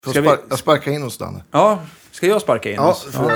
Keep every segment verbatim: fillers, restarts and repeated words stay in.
Får jag, spar- jag sparka in hos Danne. Ja, ska jag sparka in ja, oss? Får jag...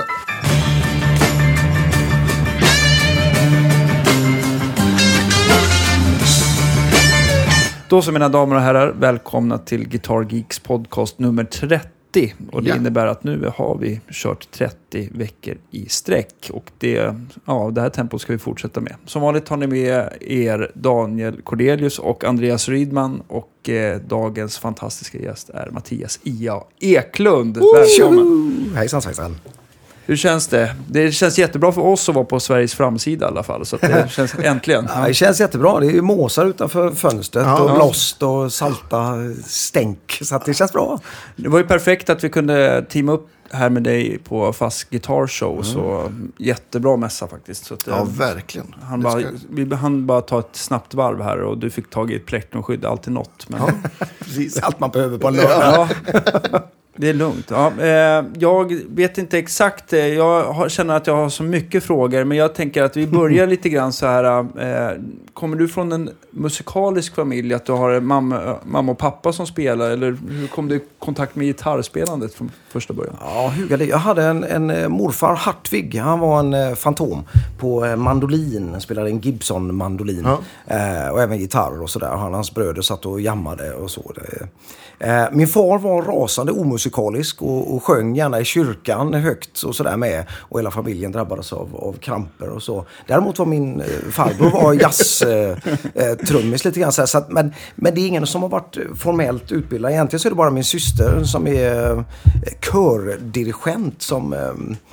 Då så, mina damer och herrar, välkomna till Guitar Geeks podcast nummer trettio. Och det ja. innebär att nu har vi kört trettio veckor i sträck. Och det, ja, det här tempot ska vi fortsätta med. Som vanligt har ni med er Daniel Cordelius och Andreas Rydman. Och eh, dagens fantastiska gäst är Mattias Ia Eklund. Välkommen! Hejsan, hejsan. Hur känns det? Det känns jättebra för oss att vara på Sveriges framsida i alla fall. Så att det känns äntligen. Ja, det känns jättebra. Det är ju måsar utanför fönstret ja, och ja. blåst och salta stänk. Så att det känns bra. Det var ju perfekt att vi kunde teama upp här med dig på Fast Guitar Show. Mm. Så jättebra mässa faktiskt. Så att, ja, verkligen. Han bara, vi hann bara ta ett snabbt varv här och du fick tag i ett plektrumskydd. Alltid något. Men... Ja, precis. Allt man behöver på en lördag. Ja. Det är lugnt. Ja, eh, jag vet inte exakt. Jag har, känner att jag har så mycket frågor. Men jag tänker att vi börjar lite grann så här. Eh, kommer du från en musikalisk familj? Att du har mamma, mamma och pappa som spelar? Eller hur kom du i kontakt med gitarrspelandet från första början? Ja, hur det? Jag hade en, en morfar, Hartvig. Han var en eh, fantom på eh, mandolin. Spelade en Gibson-mandolin. Ja. Eh, och även gitarr och sådär. Han och hans bröder satt och jammade och så. Det, eh, min far var rasande omusikalisk. musikalisk och, och sjöng gärna i kyrkan högt och sådär med. Och hela familjen drabbades av, av kramper och så. Däremot var min eh, farbror var jazz eh, eh, trummis lite grann. Så, så att, men, men det är ingen som har varit formellt utbildad. Egentligen så är det bara min syster som är eh, kördirigent som... Eh,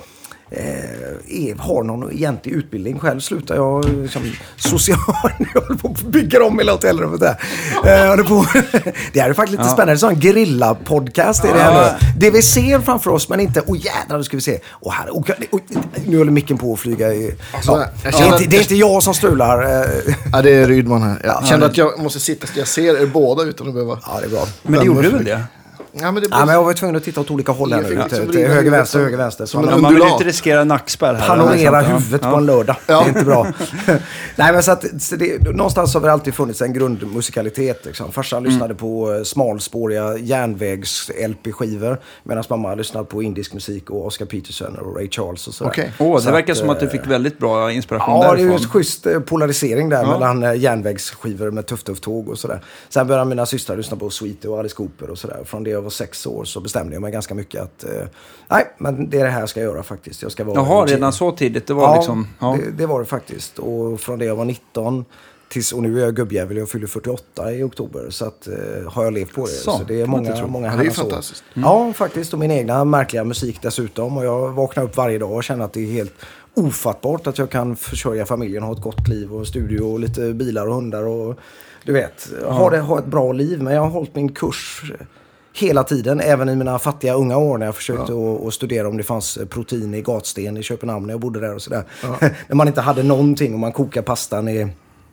Eh, har någon egentlig utbildning. Själv slutar jag liksom, social. Jag håller på att bygga om hela hotellrummet där. Eh, på, det här är faktiskt lite ja. spännande. Så en guerilla-podcast är det här nu. Det vi ser framför oss, men inte, åh oh, jävlar, nu ska vi se. Oh, här, oh, oh, nu håller micken på att flyga. I, alltså, ja. det, är inte, det är inte jag som strular. Ja, det är Rydman här. Jag ja, kände att jag måste sitta, jag ser er båda utan att behöva. Ja, det är bra. Men det gjorde du väl det? Ja, men, det blir... ja, men jag var tvungen att titta åt olika håll här nu. Ja, till, till höger, vänster, höger, vänster. Som man, man vill inte riskera nackspärr här. Panorera huvudet ja. på en lördag. Ja. Det är inte bra. Nej, men så att så det, någonstans har det alltid funnits en grundmusikalitet. Liksom. Farsan mm. lyssnade på smalspåriga järnvägs-L P-skivor. Medan mamma lyssnade på indisk musik och Oscar Peterson och Ray Charles och sådär. Okay. Oh, det så verkar att, som att du fick väldigt bra inspiration ja, därifrån. Ja, det är ju en schysst polarisering där ja. mellan järnvägsskivor med tuff tuff tåg och sådär. Sen började mina systrar lyssna på Sweetie och Alice Cooper och sådär. Från det jag var sex år så bestämde jag mig ganska mycket att eh, nej, men det är det här jag ska göra faktiskt. Jag ska vara Jaha, redan så tidigt? Det var ja, liksom... Ja, det, det var det faktiskt. Och från det jag var nitton tills, och nu är jag gubbjävel, jag fyller fyrtioåtta i oktober. Så att, eh, har jag levt på det. Så, så det är många, många ja, det är fantastiskt. Mm. Ja, faktiskt. Och min egna märkliga musik dessutom. Och jag vaknar upp varje dag och känner att det är helt ofattbart att jag kan försörja familjen och ha ett gott liv och studio och lite bilar och hundar och du vet, ja. ha, det, ha ett bra liv. Men jag har hållit min kurs hela tiden, även i mina fattiga unga år när jag försökte ja. att, att studera om det fanns protein i gatsten i Köpenhamn när jag bodde där och sådär. Ja. När man inte hade någonting och man kokar pastan i,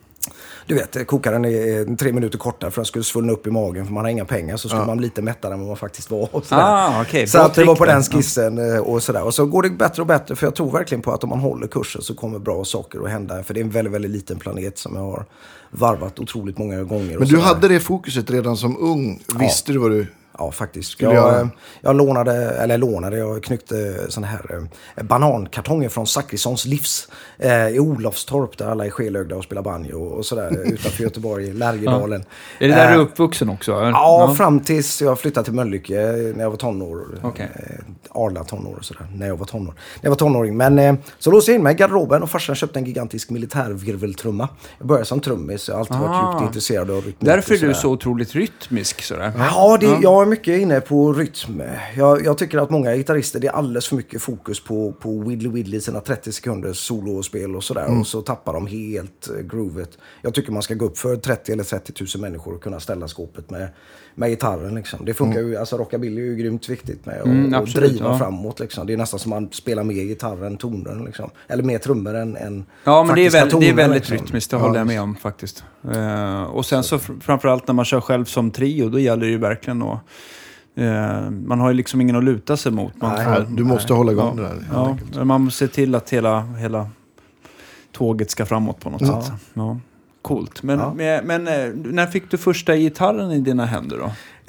du vet, kokar den i tre minuter kortare för att den skulle svullna upp i magen för man har inga pengar så skulle ja. man bli lite mättare än vad man faktiskt var. Och ah, okay. Så att det var på den skissen och sådär. Och så går det bättre och bättre för jag tror verkligen på att om man håller kursen så kommer bra saker att hända. För det är en väldigt, väldigt liten planet som jag har varvat otroligt många gånger. Men du hade det fokuset redan som ung. Visste ja. du vad du... Ja, faktiskt. Jag, jag... jag lånade, eller lånade, jag knyckte såna här eh, banankartonger från Zachrissons livs eh, i Olofstorp där alla är skelögda och spelar banjo och, och sådär utanför Göteborg, Lärjedalen. Ja. Är det där eh, du är uppvuxen också? Ja, ja, fram tills jag flyttade till Mölnlycke när jag var tonår. Okay. Eh, Arla tonår och sådär, när jag var tonår. När jag var tonåring. Men eh, så låste jag in mig i garderoben och farsan köpte en gigantisk militärvirveltrumma. Jag började som trummis, jag har alltid ah. varit djupt intresserad av rytm. Därför är du så otroligt rytmisk sådär. Ja, det, ja. jag är mycket inne på rytm. Jag, jag tycker att många gitarrister, det är alldeles för mycket fokus på, på Widdly Widdly, sina trettio sekunders solospel och sådär. Mm. Och så tappar de helt uh, groovet. Jag tycker man ska gå upp för trettio eller trettio tusen människor och kunna ställa skåpet med, med gitarren. Liksom. Det funkar mm. ju, alltså rockabilly är ju grymt viktigt med att mm, och driva ja. framåt. Liksom. Det är nästan som man spelar mer gitarr än tonen. Liksom. Eller mer trummor än, än ja, men det är, väl, toner, det är väldigt liksom. rytmiskt, det håller jag med om faktiskt. Uh, och sen så fr- framförallt när man kör själv som trio, då gäller det ju verkligen att Uh, man har ju liksom ingen att luta sig mot. Man nej, får, du måste nej. hålla igång ja, det där. Ja, ja, man ser till att hela, hela tåget ska framåt på något ja. sätt. Ja. Coolt. Men, ja. men, men när fick du första gitarren i dina händer då?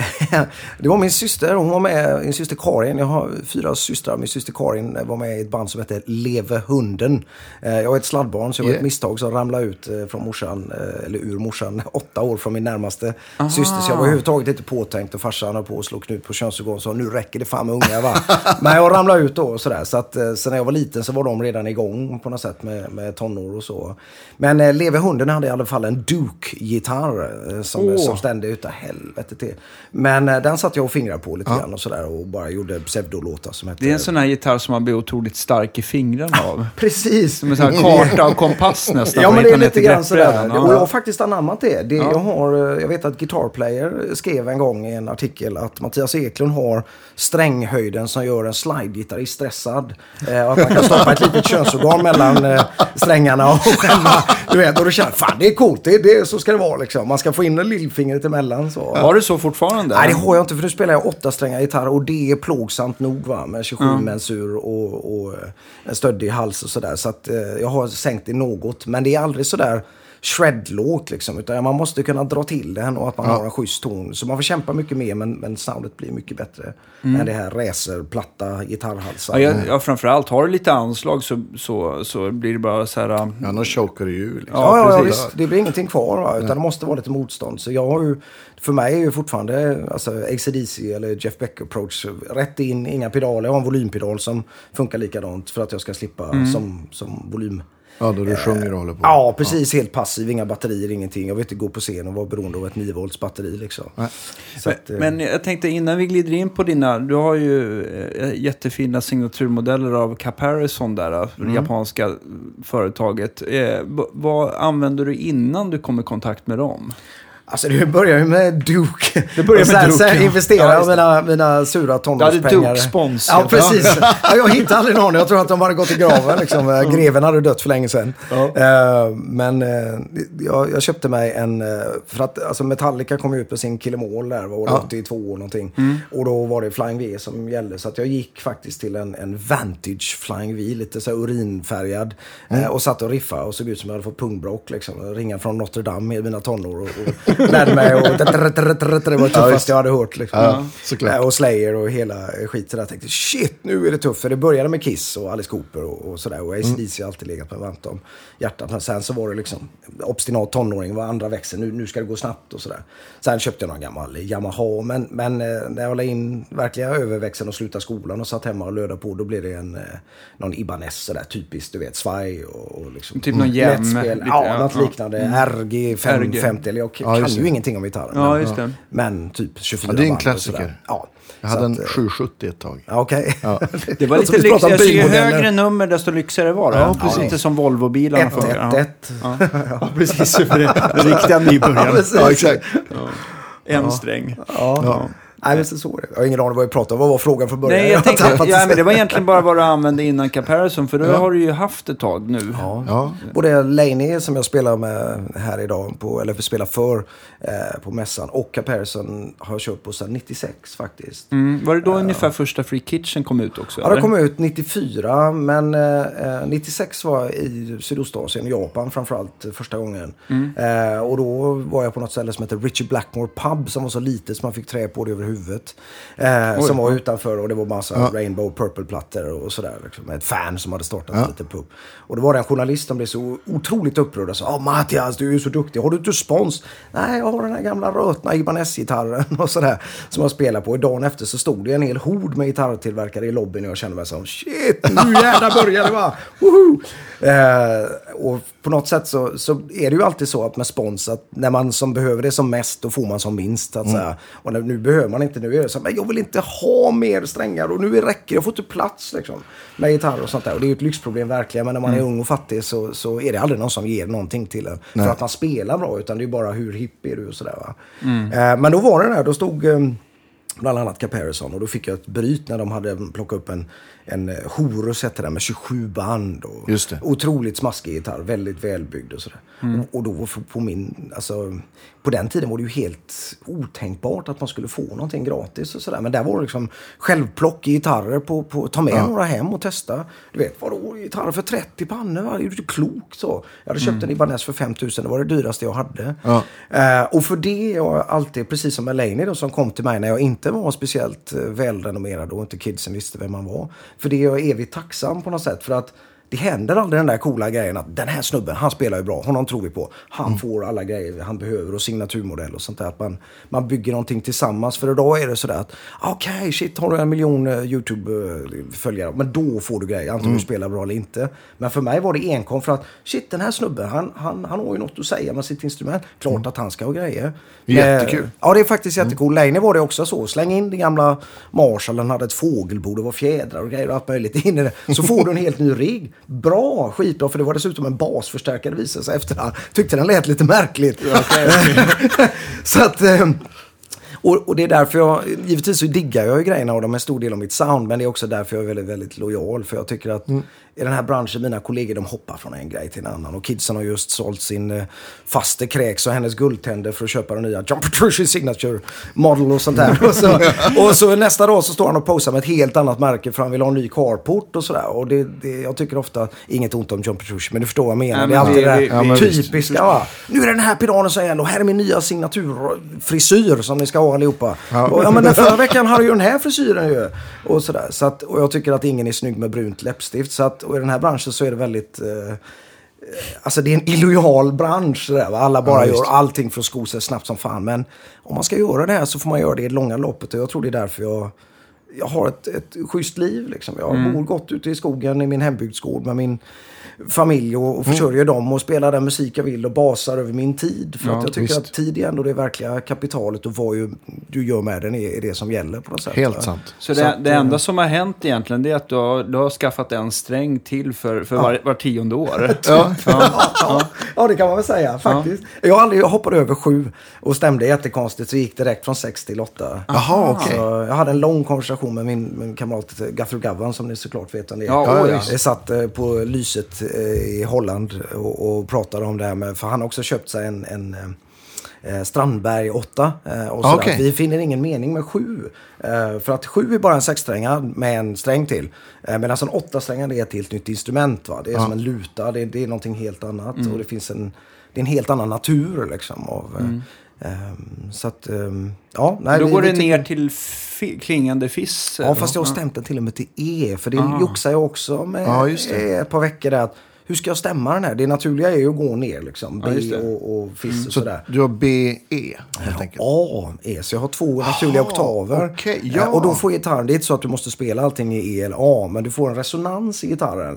Det var min syster, hon var med, min syster Karin. Jag har fyra systrar, min syster Karin var med i ett band som heter Leve hunden. Jag var ett sladdbarn så jag var yeah. ett misstag som ramlade ut från morsan, eller ur morsan, åtta år från min närmaste Aha. syster. Så jag var överhuvudtaget inte påtänkt och farsan höll på att slå knut på könsorgan så nu räcker det fan med unga va. Men jag ramlade ut då och sådär. Så att så när jag var liten så var de redan igång på något sätt med, med tonår och så. Men eh, Leve hunden hade i alla fall en Duke-gitarr som, oh. som stände utav helvete till. Men eh, den satt jag och fingrade på lite ja. grann och sådär och bara gjorde pseudolåtar som hette... Det är en sån här gitarr som man blir otroligt stark i fingrarna av. Precis. Som en sån här karta och kompass nästan. Ja, men det är lite grann sådär. Ja. Och jag har faktiskt anammat det. det ja. jag, har, jag vet att Guitar Player skrev en gång i en artikel att Mattias Eklund har stränghöjden som gör en slide-gitarrist stressad. Eh, och att man kan stoppa ett litet könsorgan mellan eh, strängarna och skämma. Du vet, och du känner, fan det är coolt, det, det, så ska det vara liksom. Man ska få in en lillfingret emellan. Så. Har du så fortfarande? Nej, det har jag inte för nu spelar jag åtta strängar gitarr och det är plågsamt nog va, med tjugosju mm. mensur och, och en stöddig hals och sådär. Så att eh, jag har sänkt det något, men det är aldrig sådär shred-låt liksom, utan man måste kunna dra till den och att man ja. har en schysst ton. Så man får kämpa mycket mer, men, men soundet blir mycket bättre mm. än det här racer, platta, gitarrhalsar. Ja, ja, framförallt har du lite anslag så, så, så blir det bara så här... Um... Ja, då chokar det ju. Liksom. Ja, ja, ja visst, det blir ingenting kvar va, utan ja. det måste vara lite motstånd. Så jag har ju, för mig är ju fortfarande alltså A C D C eller Jeff Beck approach rätt in, inga pedaler. Jag har en volympedal som funkar likadant för att jag ska slippa mm. som, som volym. Ja, då du sjunger och håller på. Ja, precis. Ja. Helt passiv. Inga batterier, ingenting. Jag vill inte gå på scen och vara beroende av ett nio volts batteri liksom. Så men, att, eh... men jag tänkte innan vi glider in på dina... Du har ju eh, jättefina signaturmodeller av Caparison där. Mm. Det japanska företaget. Eh, b- vad använder du innan du kom i kontakt med dem? Alltså det börjar ju med Duke. Det börjar med sen, Duke. Sen ja. investerar jag ja, mina, mina sura tonårspengar. Du hade Duke-spons. Ja, precis. Ja, jag hittade aldrig någon. Jag tror att de hade gått i graven. Liksom. Ja. Greven hade dött för länge sedan. Ja. Uh, men uh, jag, jag köpte mig en... Uh, för att alltså Metallica kom ut med sin Kill 'Em All där. Var ja. åttiotvå år någonting. Mm. Och då var det Flying V som gällde. Så att jag gick faktiskt till en, en Vantage Flying V. Lite så urinfärgad. Mm. Uh, och satt och riffade. Och såg ut som jag hade fått pungbrock. Liksom. Ringa från Notre Dame med mina tonår. Och, och lärde mig och det var tuffast jag hade hört liksom. Ja, såklart. Och Slayer och hela skiten. Jag tänkte, shit, nu är det tufft. För det började med Kiss och Alice Cooper och, och sådär. Och A C D C har alltid legat på varmt om hjärtat. Men sen så var det liksom obstinat tonåring, var andra växeln. Nu, nu ska det gå snabbt och sådär. Sen köpte jag någon gammal Yamaha. Men, men när jag la in verkliga överväxeln och slutade skolan och satt hemma och löda på, då blev det en någon Ibanez sådär typiskt, du vet, svaj och, och liksom. Typ någon jäm. Ja, ja, något liknande. Mm. R G femhundrafemtio. Eller jag ja, kan ju ingenting om gitarren. Ja, just det. Men typ tjugofyra ja, det är en klassiker. Ja. Jag hade att, en sjuhundrasjuttio ett tag. Okej. Okay. Ja. Det var lite lyxigare. Ju högre nummer desto lyxigare var det. Ja, precis. Ja, inte som Volvo-bilarna. ett ett ett Ja. Ja, precis. För det riktiga nybörjaren. Ja, ja, exakt. Ja. En sträng. Ja. Ja. Nej, men så det. Jag har ingen aning vad jag pratade om. Vad var frågan från början? Nej, jag tänkte, ja, men det var egentligen bara vad du använde innan Caparison. För det ja. har du ju haft ett tag nu. Ja. Ja. Både Laney som jag spelar med här idag, på, eller spelar för eh, på mässan, och Caparison har jag kört på sedan nittiosex faktiskt. Mm. Var det då uh, ungefär första Free Kitchen kom ut också? Ja, det kom ut nittiofyra, men eh, nittiosex var jag i Sydostasien, Japan framförallt, första gången. Mm. Eh, och då var jag på något ställe som heter Richie Blackmore Pub, som var så litet som man fick trä på det över huvudet. Eh, som var utanför, och det var massa ja. Rainbow Purple-plattor och sådär. Liksom, med ett fan som hade startat ja. en liten pub. Och det var en journalist som blev så otroligt upprörd och sa, ja Mattias, du är ju så duktig. Har du inte spons? Nej, jag har den här gamla rötna Ibanez-gitarren och sådär som jag spelar på. Och dagen efter så stod det en hel hord med gitarrtillverkare i lobbyn och jag kände mig som, shit, nu jävlar börjar det va! Woho! Eh, och på något sätt så, så är det ju alltid så att med spons, att när man som behöver det som mest, då får man som minst. Att mm. säga. Och när, nu behöver man inte, nu är det så, men jag vill inte ha mer strängar och nu räcker jag får inte plats liksom, med gitarr och sånt där. Och det är ju ett lyxproblem verkligen, men när man mm. är ung och fattig så, så är det aldrig någon som ger någonting till en. Nej. För att man spelar bra, utan det är bara hur hipp är du och sådär va. Mm. Eh, men då var det där, då stod... Eh, bland annat Caparison. Och då fick jag ett bryt när de hade plockat upp en, en Horus heter den, med tjugosju band. Och Just det. Otroligt smaskig gitarr, väldigt välbyggd och sådär. Mm. Och, och då på min, alltså, på den tiden var det ju helt otänkbart att man skulle få någonting gratis och sådär. Men där var det liksom självplock i gitarrer på, på ta med ja. några hem och testa. Du vet, vadå, gitarrer för trettio pannor, va? Det är ju klokt så. Jag hade köpt mm. en Ibanez för fem tusen, det var det dyraste jag hade. Ja. Uh, och för det jag alltid, precis som Elaine då, som kom till mig när jag inte var speciellt uh, välrenommerad och inte kidsen visste vem man var. För det är jag evigt tacksam på något sätt, för att det händer aldrig den där coola grejen att den här snubben, han spelar ju bra, honom tror vi på. Han mm. får alla grejer han behöver och signaturmodell och sånt där. Att man, man bygger någonting tillsammans. För idag är det sådär att okej, okay, shit, har du en miljon uh, YouTube-följare, men då får du grejer, antingen mm. du spelar bra eller inte. Men för mig var det enkom för att shit, den här snubben, han, han, han har ju något att säga med sitt instrument. Klart mm. att han ska ha grejer. Jättekul. Eh, ja, det är faktiskt jättekul. Mm. Lane var det också så. Släng in den gamla Marshall, han hade ett fågelbord och var fjädrar och grejer och allt möjligt in i det. Så får du en helt ny rigg. Bra, skitbra, för det var dessutom en basförstärkare visade sig efter det. Tyckte den lät lite märkligt. Okay, okay. Så att... Och, och det är därför jag, givetvis så diggar jag ju grejerna och de är en stor del av mitt sound, men det är också därför jag är väldigt, väldigt lojal, för jag tycker att mm. i den här branschen, mina kollegor, de hoppar från en grej till en annan, och kidsen har just sålt sin eh, faste kräks och hennes guldtänder för att köpa den nya John Petrucci Signature Model och sånt där. och, så, och så nästa dag så står han och posar med ett helt annat märke för han vill ha en ny carport och sådär, och det, det, jag tycker ofta, inget ont om John Petrucci, men du förstår vad jag menar. Ja, det är alltid vi, det där vi, ja, typiska, va? Nu är det den här pedalen som är, och här är min nya signaturfrisyr som ni ska ha allihopa. Ja. Och, ja, men den förra veckan har ju den här frisyren ju. Och sådär. Så att, och jag tycker att ingen är snygg med brunt läppstift. Så att, och i den här branschen så är det väldigt... Eh, alltså det är en illojal bransch. Sådär, va? Alla bara ja, gör allting för att sko sig snabbt som fan. Men om man ska göra det här så får man göra det i det långa loppet. Och jag tror det är därför jag... Jag har ett, ett schysst liv. Liksom. Jag mm. bor gott ute i skogen i min hembygdsgård med min familj och, och försörjer mm. dem och spelar den musik jag vill och basar över min tid. För ja, att jag tycker visst. att tid är ändå det verkliga kapitalet, och vad ju, du gör med den är, är det som gäller på något sätt. Helt sant. Så, så det, att, det enda som har hänt egentligen, det är att du har, du har skaffat en sträng till för, för ja. var, var tionde år. ja. Ja. Ja. ja, det kan man väl säga faktiskt. Ja. Jag, aldrig, jag hoppade över sju och stämde jättekonstigt, så gick direkt från sex till åtta. Jaha, okej. Okay. Jag hade en lång konversation med min, min kamrat Guthrie Govan, som ni såklart vet om det är. Ja, oh, ja. Jag satt eh, på lyset i Holland och, och pratade om det här med, för han har också köpt sig en, en eh, Strandberg åtta eh, och så okay. Vi finner ingen mening med sju eh, för att sju är bara en sexsträngad med en sträng till, eh, medan en åttasträngad är ett helt nytt instrument, va? Det är ja. som en luta, det, det är någonting helt annat mm. och det finns en, det är en helt annan natur liksom av mm. Um, så att, um, ja. Nej, då vi, går vi det ty- ner till fi- klingande fiss. Ja, fast jag har stämt den till och med till E. För det ah. joxar jag också med ja, just det. ett par veckor där. Att, hur ska jag stämma den här? Det naturliga är ju att gå ner liksom. B ja, och, och fiss mm. och sådär. Så du har B, E helt enkelt? Ja, E. Så jag har två naturliga ah, oktaver. Okay, ja. Och då får gitarren, det är inte så att du måste spela allting i E eller A, men du får en resonans i gitarren.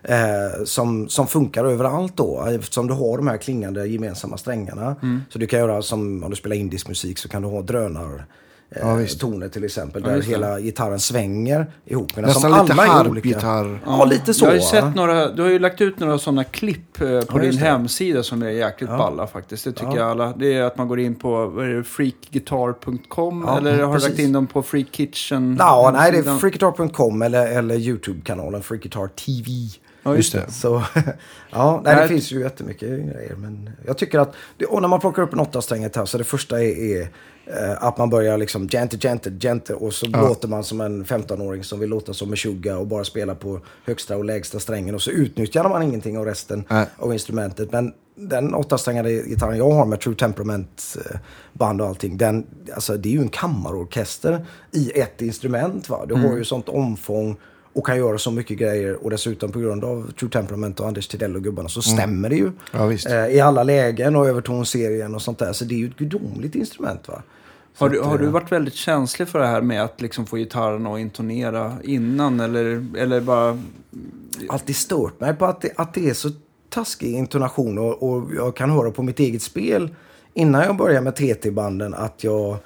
Eh, som, som funkar överallt då, eftersom du har de här klingande gemensamma strängarna. Mm. Så du kan göra som om du spelar indisk musik, så kan du ha drönar eh, ja, toner till exempel, ja, där hela gitarren svänger ihop. Nästan som lite harpgitarr. Ja, lite så. Jag har ju sett några, du har ju lagt ut några sådana klipp eh, på ja, din hemsida som är jäkligt ja. balla faktiskt. Det tycker ja. jag alla. Det är att man går in på freak guitar punkt com ja, eller har precis. du lagt in dem på Freak Kitchen? No, nej, det är freak guitar punkt com eller, eller YouTube-kanalen Freak Guitar T V. Ja, just det. Så, ja, nej, det finns ju jättemycket grejer, men jag tycker att, och när man plockar upp en åttastränget här, så det första är, är att man börjar liksom gente, gente, gente, och så ja. låter man som en femtonåring som vill låta som en tjuga och bara spela på högsta och lägsta strängen, och så utnyttjar man ingenting av resten nej. av instrumentet. Men den åttasträngade gitarren jag har med True Temperament band och allting, den, alltså, det är ju en kammarorkester i ett instrument, va? Du mm. har ju sånt omfång och kan göra så mycket grejer, och dessutom på grund av True Temperament och Anders Tidell och gubbarna så stämmer mm. det ju ja, visst. Eh, i alla lägen och övertonserien och sånt där, så det är ju ett gudomligt instrument, va? Har du, har du varit väldigt känslig för det här med att liksom få gitarren att intonera innan, eller, eller bara... Alltid stört mig på att det, att det är så taskig intonation, och, och jag kan höra på mitt eget spel innan jag börjar med T T-banden att jag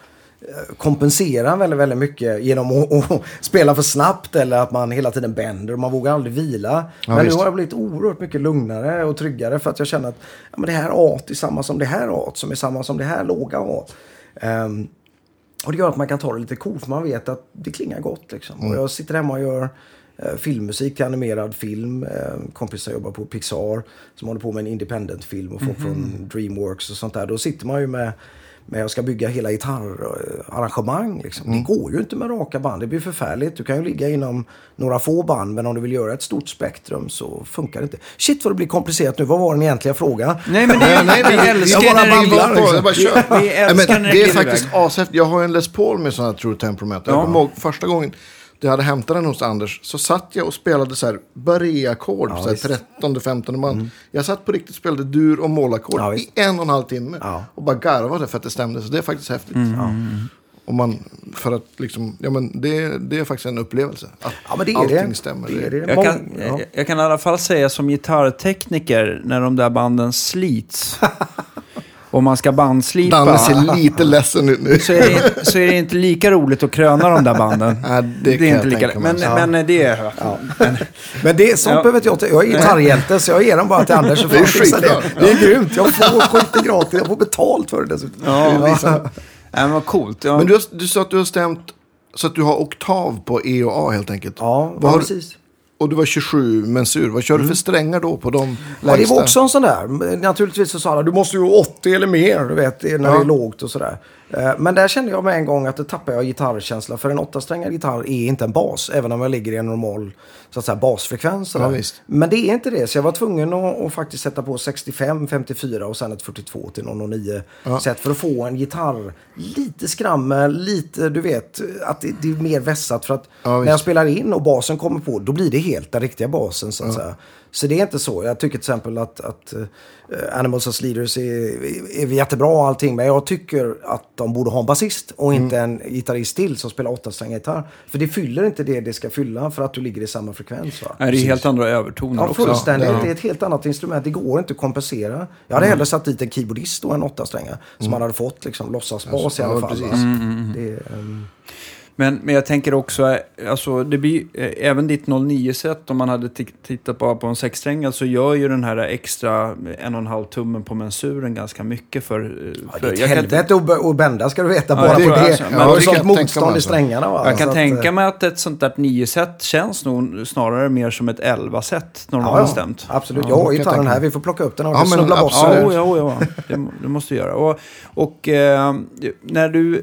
kompensera väldigt, väldigt mycket genom att, att spela för snabbt, eller att man hela tiden bänder och man vågar aldrig vila. Ja, men visst. Nu har jag blivit oerhört mycket lugnare och tryggare, för att jag känner att ja, men det här A är samma som det här A, som är samma som det här låga A. Um, Och det gör att man kan ta det lite coolt, för man vet att det klingar gott liksom. Mm. Och jag sitter hemma och gör eh, filmmusik till animerad film. Eh, kompisar jobbar på Pixar som håller på med en independent-film och folk mm-hmm. från Dreamworks och sånt där. Då sitter man ju med Men jag ska bygga hela gitarrarrangemang. Liksom. Mm. Det går ju inte med raka band. Det blir förfärligt. Du kan ju ligga inom några få band. Men om du vill göra ett stort spektrum så funkar det inte. Shit vad det blir komplicerat nu. Vad var den egentliga frågan? Nej men det, nej, vi älskar när det går på. Det, bara kör. Vi älskar när det är faktiskt ashäftigt. Jag har en Les Paul med sådana här True Temperament. Jag kommer ihåg första gången jag hade hämtat den hos Anders, så satt jag och spelade så här barré-ackord, ja, så här trettonde, femtonde man. Mm. Jag satt på riktigt och spelade dur- och målackord ja, i en och en halv timme. Ja. Och bara garvade för att det stämde. Så det är faktiskt häftigt. Mm. Ja. Och man, för att liksom, ja men det, det är faktiskt en upplevelse. Att ja, men det är allting det. stämmer. Det är det. Jag, kan, jag, jag kan i alla fall säga som gitarrtekniker, när de där banden slits... Och man ska bandslipa. Danne ser lite ledsen ut nu. Så är, det, så är det inte lika roligt att kröna de där banden. Ja, det, det är inte lika. Men, ja. men det är... Ja. Men, men det är sånt ja. behöver jag. Jag är gitarrhjälte så jag ger dem bara till Anders. Så det är skitbra. Det. det är grymt. Jag får skiten gratis. Jag får betalt för det dessutom. Ja, ja. Ja, vad coolt. Ja. Men du, du sa att du har stämt så att du har oktav på E och A helt enkelt. Ja, vad har, precis. Och du var tjugosju mensur. Vad kör mm. du för strängar då på de ja, det var också en sån där. Naturligtvis så sa alla, du måste ju åttio eller mer, du vet, när ja. det är lågt och sådär. Men där kände jag med en gång att det tappar jag gitarrkänsla. För en åttasträngad gitarr är inte en bas. Även om jag ligger i en normal så att säga, basfrekvens. Ja, men det är inte det. Så jag var tvungen att, att faktiskt sätta på sextiofem, femtiofyra och sen ett fyrtiotvå till noll nio. Ja. Sätt för att få en gitarr lite skrammel, lite, du vet, att det, det är mer vässat. För att ja, när jag spelar in och basen kommer på, då blir det helt den riktiga basen så att ja. säga. Så det är inte så. Jag tycker till exempel att, att uh, Animals as Leaders är, är, är jättebra och allting. Men jag tycker att de borde ha en basist och inte mm. en gitarrist till som spelar åttasträngad gitarr. För det fyller inte det det ska fylla för att du ligger i samma frekvens. Va? Nej, det är helt andra övertoner ja, också. Fullständigt. Ja. Det är ett helt annat instrument. Det går inte att kompensera. Jag hade mm. hellre satt dit en keyboardist och en åttasträngad mm. som man hade fått liksom, låtsasbas alltså, i alla fall. Ja, mm, mm. Det, um... Men, men jag tänker också, alltså det blir eh, även ditt noll nio-set, om man hade t- tittat bara på en sexsträngad så gör ju den här extra en och en halv tummen på mensuren ganska mycket för... för ja, det är ett helvete att och bända ska du veta, ja, bara på det. Alltså, men det är sånt motstånd i strängarna. Va? Jag kan så tänka att, mig att ett sånt där nio-set känns nog snarare mer som ett elva-set normalt ja, stämt. Absolut, ja, jag har gitarren här, vi får plocka upp den och ja, snubbla bort. Ja, ja, ja, det, det måste du göra. Och, och eh, när du...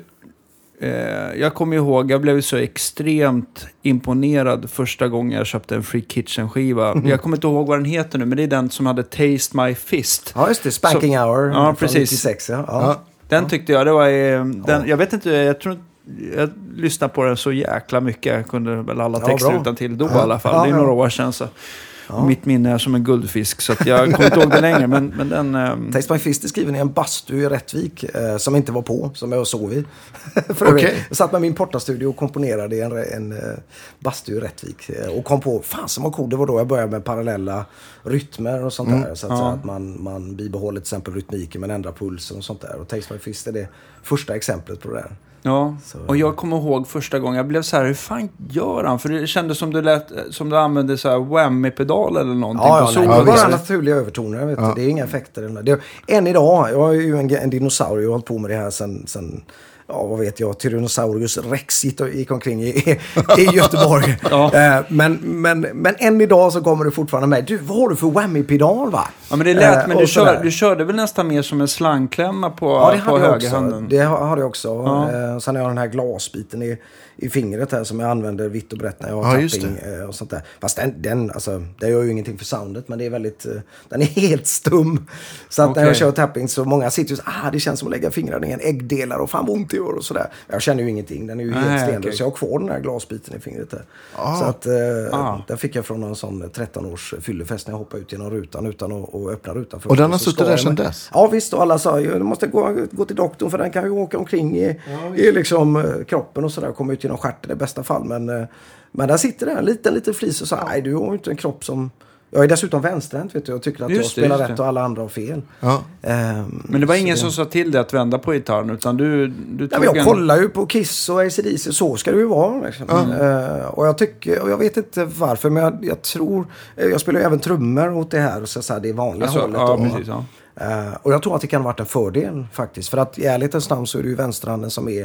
Jag kommer ihåg, jag blev så extremt imponerad första gången jag köpte en Free Kitchen-skiva. Mm. Jag kommer inte ihåg vad den heter nu, men det är den som hade Taste My Fist. Ja, just det. Spanking så, Hour ja, precis. nittiosex. Ja. Ja. Den ja. tyckte jag, det var... Den, ja. Jag vet inte, jag tror jag lyssnade på den så jäkla mycket. Jag kunde väl alla texter ja, utan till då ja. i alla fall. Ja, det är ja. några år sedan så... Ja. Mitt minne är som en guldfisk så att jag kommer inte ihåg det längre men, men den... Um... Taste My Fist är skriven i en bastu i Rättvik eh, som inte var på, som jag sov i. För okay. Jag satt med min portastudio och komponerade i en, en uh, bastu i Rättvik eh, och kom på, fan som var cool, det var då jag började med parallella rytmer och sånt mm. där så att, ja. så att man, man bibehåller till exempel rytmiken men ändrar pulsen och sånt där och Taste My Fist är det första exemplet på det där. Ja, så. Och jag kommer ihåg första gången jag blev så här, hur fan gör han? För det kändes som du lät, som du använde så här whammy-pedal eller någonting. Ja, på ja, nej, det var naturliga övertoner, vet ja. det är inga effekter. Eller det, än idag, jag är ju en, en dinosaurie och har hållit på med det här sen, sen ja, vad vet jag, Tyrannosaurus Rex gick omkring i, i Göteborg. ja. men, men, men än idag så kommer det fortfarande med. Du, vad har du för whammy-pedal va? Ja, men det lät, men du, kör, du körde väl nästan mer som en slangklämma på, ja, på högerhanden. Det hade jag också. Ja. Sen har jag den här glasbiten i, i fingret här som jag använder vitt och brett när jag har ja, tapping och sånt där. Fast den, den, alltså, det gör ju ingenting för soundet, men det är väldigt, den är helt stum. Så att okay. när jag kör tapping så många sitter ju så, ah, det känns som att lägga fingrarna i en äggdelar och fan ont i år och sådär. Jag känner ju ingenting, den är ju helt ah, stenlös. Okay. Så jag har kvar den här glasbiten i fingret där. Ah. Så att, eh, ah. den fick jag från en sån tretton-års fyllefest när jag hoppade ut genom rutan utan att och öppna rutan. Och den har suttit där sedan dess? Ja visst, och alla sa ju, du måste gå, gå till doktorn för den kan ju åka omkring i, ja, i liksom, kroppen och sådär och komma ut genom stjärten i bästa fall. Men, men där sitter det en liten, liten flis och sa, nej du har ju inte en kropp som... Jag är dessutom vänsterhänt, vet du. Jag tycker att just jag spelar det, rätt och alla andra har fel. Ja. Um, men det var ingen det... som sa till dig att vända på gitarren, utan du, du tog nej, jag en... kollar ju på Kiss och A C D C, så ska det ju vara. Liksom. Mm. Uh, och jag tycker, och jag vet inte varför, men jag, jag tror, jag spelar ju även trummor åt det här, och så, så här, det är vanliga alltså, hållet. Ja, precis, ja. Uh, och jag tror att det kan ha varit en fördel faktiskt. För att i ärlighetens namn så är det ju vänsterhanden som är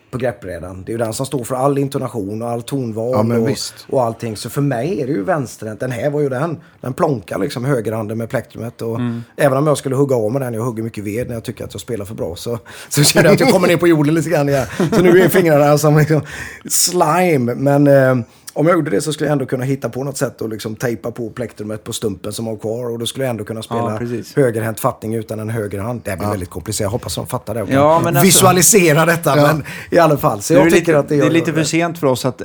på greppbrädan. Det är ju den som står för all intonation och all tonval ja, och, och allting. Så för mig är det ju vänsterhänt. Den här var ju den. Den plonkar liksom högerhanden med plektrumet. Och mm. även om jag skulle hugga av med den, jag hugger mycket ved när jag tycker att jag spelar för bra, så, så känner jag att jag kommer ner på jorden lite grann. Ja. Så nu är fingrarna som liksom slime. Men eh, om jag gjorde det så skulle jag ändå kunna hitta på något sätt och liksom tejpa på plektrumet på stumpen som var kvar. Och då skulle jag ändå kunna spela ja, högerhänt fattning utan en högerhand. Det blir ja. väldigt komplicerat. Jag hoppas de fattar det och ja, kan visualisera alltså, detta. Ja. Men i alla fall. Så jag det tycker lite, att det, det är lite för sent för oss att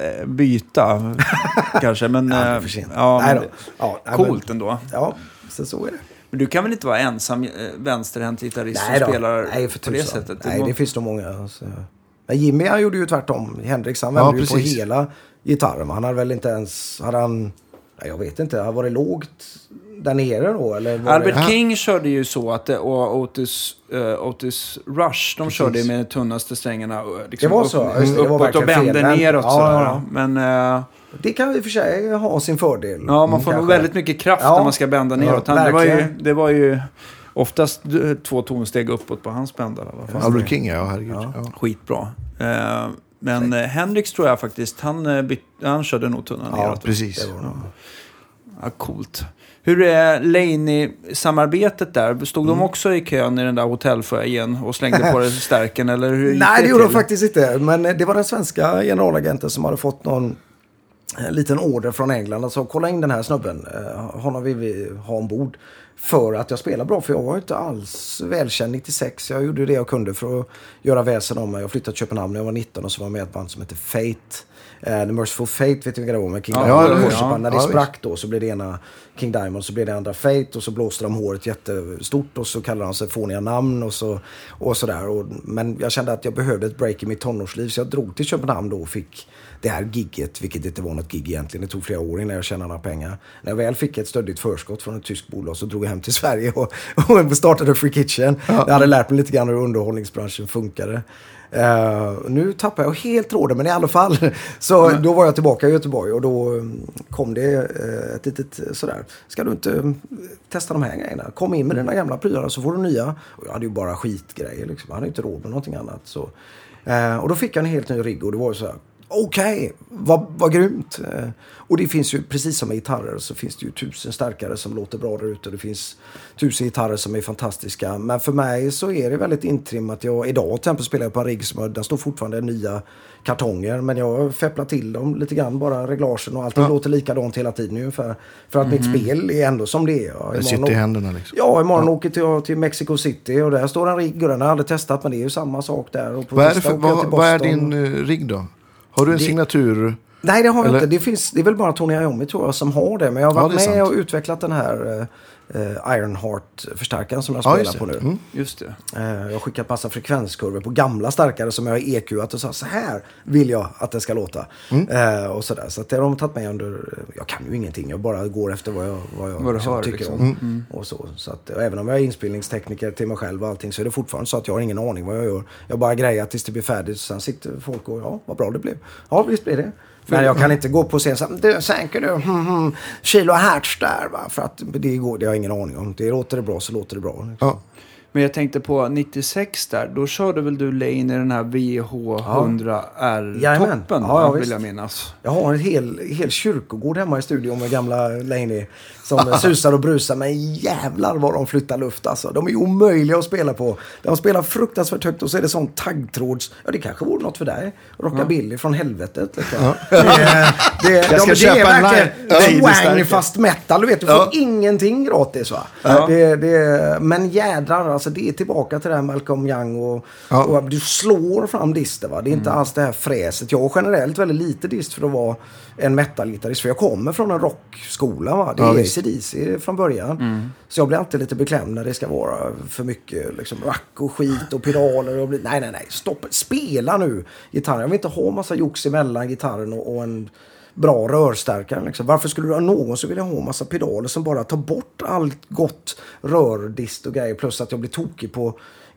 byta. kanske. Men, ja, det är för sent. Ja, nej då. Ja, nej, coolt men, ändå. Ja, så, så är det. Men du kan väl inte vara ensam vänsterhänt gitarrist som spelar nej, för på det sättet? Nej, det, må... det finns nog många. Alltså. Men Jimmy han gjorde ju tvärtom. Hendrix han vände ja, ju på hela gitarren. Han hade väl inte ens... Hade han, jag vet inte. Han var det lågt där nere då? Eller Albert det... King körde ju så att... Och Otis, uh, Otis Rush, de precis. körde med de tunnaste strängarna. Liksom, det var så. Upp, det var uppåt och vände fel. neråt. Ja, sådär. Ja. Men... Uh, det kan i för sig ha sin fördel. Ja, man får nog väldigt mycket kraft ja. när man ska bända neråt. Ja, det, var ju, det var ju oftast två tonsteg uppåt på hans bändare. Albert King, ja, herregud. Ja. Ja. Skitbra. Uh, men uh, Hendrix tror jag faktiskt, han, byt, han körde nog tunnan ja, neråt. Precis. Ja, precis. Ja, coolt. Hur är Laney-samarbetet där? Stod mm. de också i kön i den där hotellfoajén och slängde på det stärken? Eller hur Nej, det, det gjorde de faktiskt inte. Men det var den svenska generalagenten som hade fått någon en liten order från England. Alltså, kolla in den här snubben. Uh, honom vill vi ha ombord. För att jag spelar bra. För jag var inte alls välkänd nittiosex. Jag gjorde det jag kunde för att göra väsen om mig. Jag flyttade till Köpenhamn när jag var nitton och så var jag med ett band som heter Fate. Uh, The Merciful Fate, vet du vilka det var med King ja, Diamond. Ja, ja, när det ja, sprack då så blev det ena King Diamond, så blev det andra Fate och så blåste de håret jättestort och så kallade han sig fåniga namn och så och sådär. Och, men jag kände att jag behövde ett break i mitt tonårsliv så jag drog till Köpenhamn då och fick det här gigget, vilket inte var något gig egentligen. Det tog flera år innan jag tjänade några pengar. När jag väl fick ett stödigt förskott från ett tysk bolag så drog jag hem till Sverige och, och startade Free Kitchen. Ja. Jag hade lärt mig lite grann hur underhållningsbranschen funkade. Uh, nu tappar jag helt tråden, men i alla fall så mm. då var jag tillbaka i Göteborg och då kom det uh, ett litet sådär, ska du inte uh, testa de här grejerna? Kom in med dina gamla prylar så får du nya. Och jag hade ju bara skitgrejer liksom. Jag hade inte råd med någonting annat så. Uh, och då fick jag en helt ny rigg och det var ju så här. Okej, okay, vad, vad grymt. Eh, och det finns ju, precis som med gitarrer, så finns det ju tusen starkare som låter bra där ute. Det finns tusen gitarrer som är fantastiska. Men för mig så är det väldigt intrimmat. Jag, idag till exempel spelar jag på en rigg som där står fortfarande nya kartonger. Men jag fepplar till dem lite grann, bara reglagen och allting ja. låter likadant hela tiden ungefär. För att mm-hmm. mitt spel är ändå som det är. Ja, det sitter i händerna liksom. Ja, imorgon ja. åker till, till Mexico City och där står en rigg och den har jag aldrig testat, men det är ju samma sak där. Och på vad, är det för, vad, vad är din uh, rigg då? Har du en det, signatur? Nej, det har jag inte. Det, finns, det är väl bara Tony Iommi tror jag som har det. Men jag har varit ja, med sant. och utvecklat den här uh, Ironheart-förstärkaren som jag spelar ja, på nu. Mm. Just det. Uh, jag har skickat massa frekvenskurvor på gamla starkare som jag har E Qat och sa så här vill jag att det ska låta. Mm. Uh, och sådär. Så att det har de tagit med under... Jag kan ju ingenting. Jag bara går efter vad jag, vad jag vad liksom, hör, tycker liksom. om. Mm. Mm. Och så. Så att, och även om jag är inspelningstekniker till mig själv och allting så är det fortfarande så att jag har ingen aning vad jag gör. Jag bara grejar tills det blir färdigt. Sen sitter folk och ja, vad bra det blev. Ja, visst blir det. Men jag kan inte gå på scen så du sänker du hmm, hmm, kilo hertz där va? För att det går, det har jag ingen aning om. Det låter det bra så låter det bra. Ja. Men jag tänkte på nittiosex där, då körde väl du Lane i den här V H hundra R-toppen, ja, ja, vill jag minnas. Jag har en hel, hel kyrkogård hemma i studion med gamla Lane som susar och brusar, men jävlar vad de flyttar luft alltså. De är omöjliga att spela på. De spelar fruktansvärt högt och så är det sån taggtråds, ja det kanske vore något för dig. Rockabilly ja. från helvetet. Ja. Det, det, jag ska de, köpa det är verkligen swang fast metal, du vet, du får ja. ingenting gratis va. Ja. Det, det, men jädrar, alltså det är tillbaka till det här Malcolm Young och, ja. och du slår fram dister va. Det är inte mm. alls det här fräset. Jag har generellt väldigt lite dist för att vara en metal-gitarrist, för jag kommer från en rockskola va. Det är ja, A C D C från början. Mm. Så jag blir alltid lite beklämd när det ska vara för mycket liksom rack och skit och pedaler och bli, nej nej nej, stopp, spela nu gitarren. Jag vill inte ha massa jox emellan gitarren och, och en bra rörstärkare liksom. Varför skulle du ha någon så vill jag ha massa pedaler som bara tar bort allt gott rördist och grejer, plus att jag blir tokig på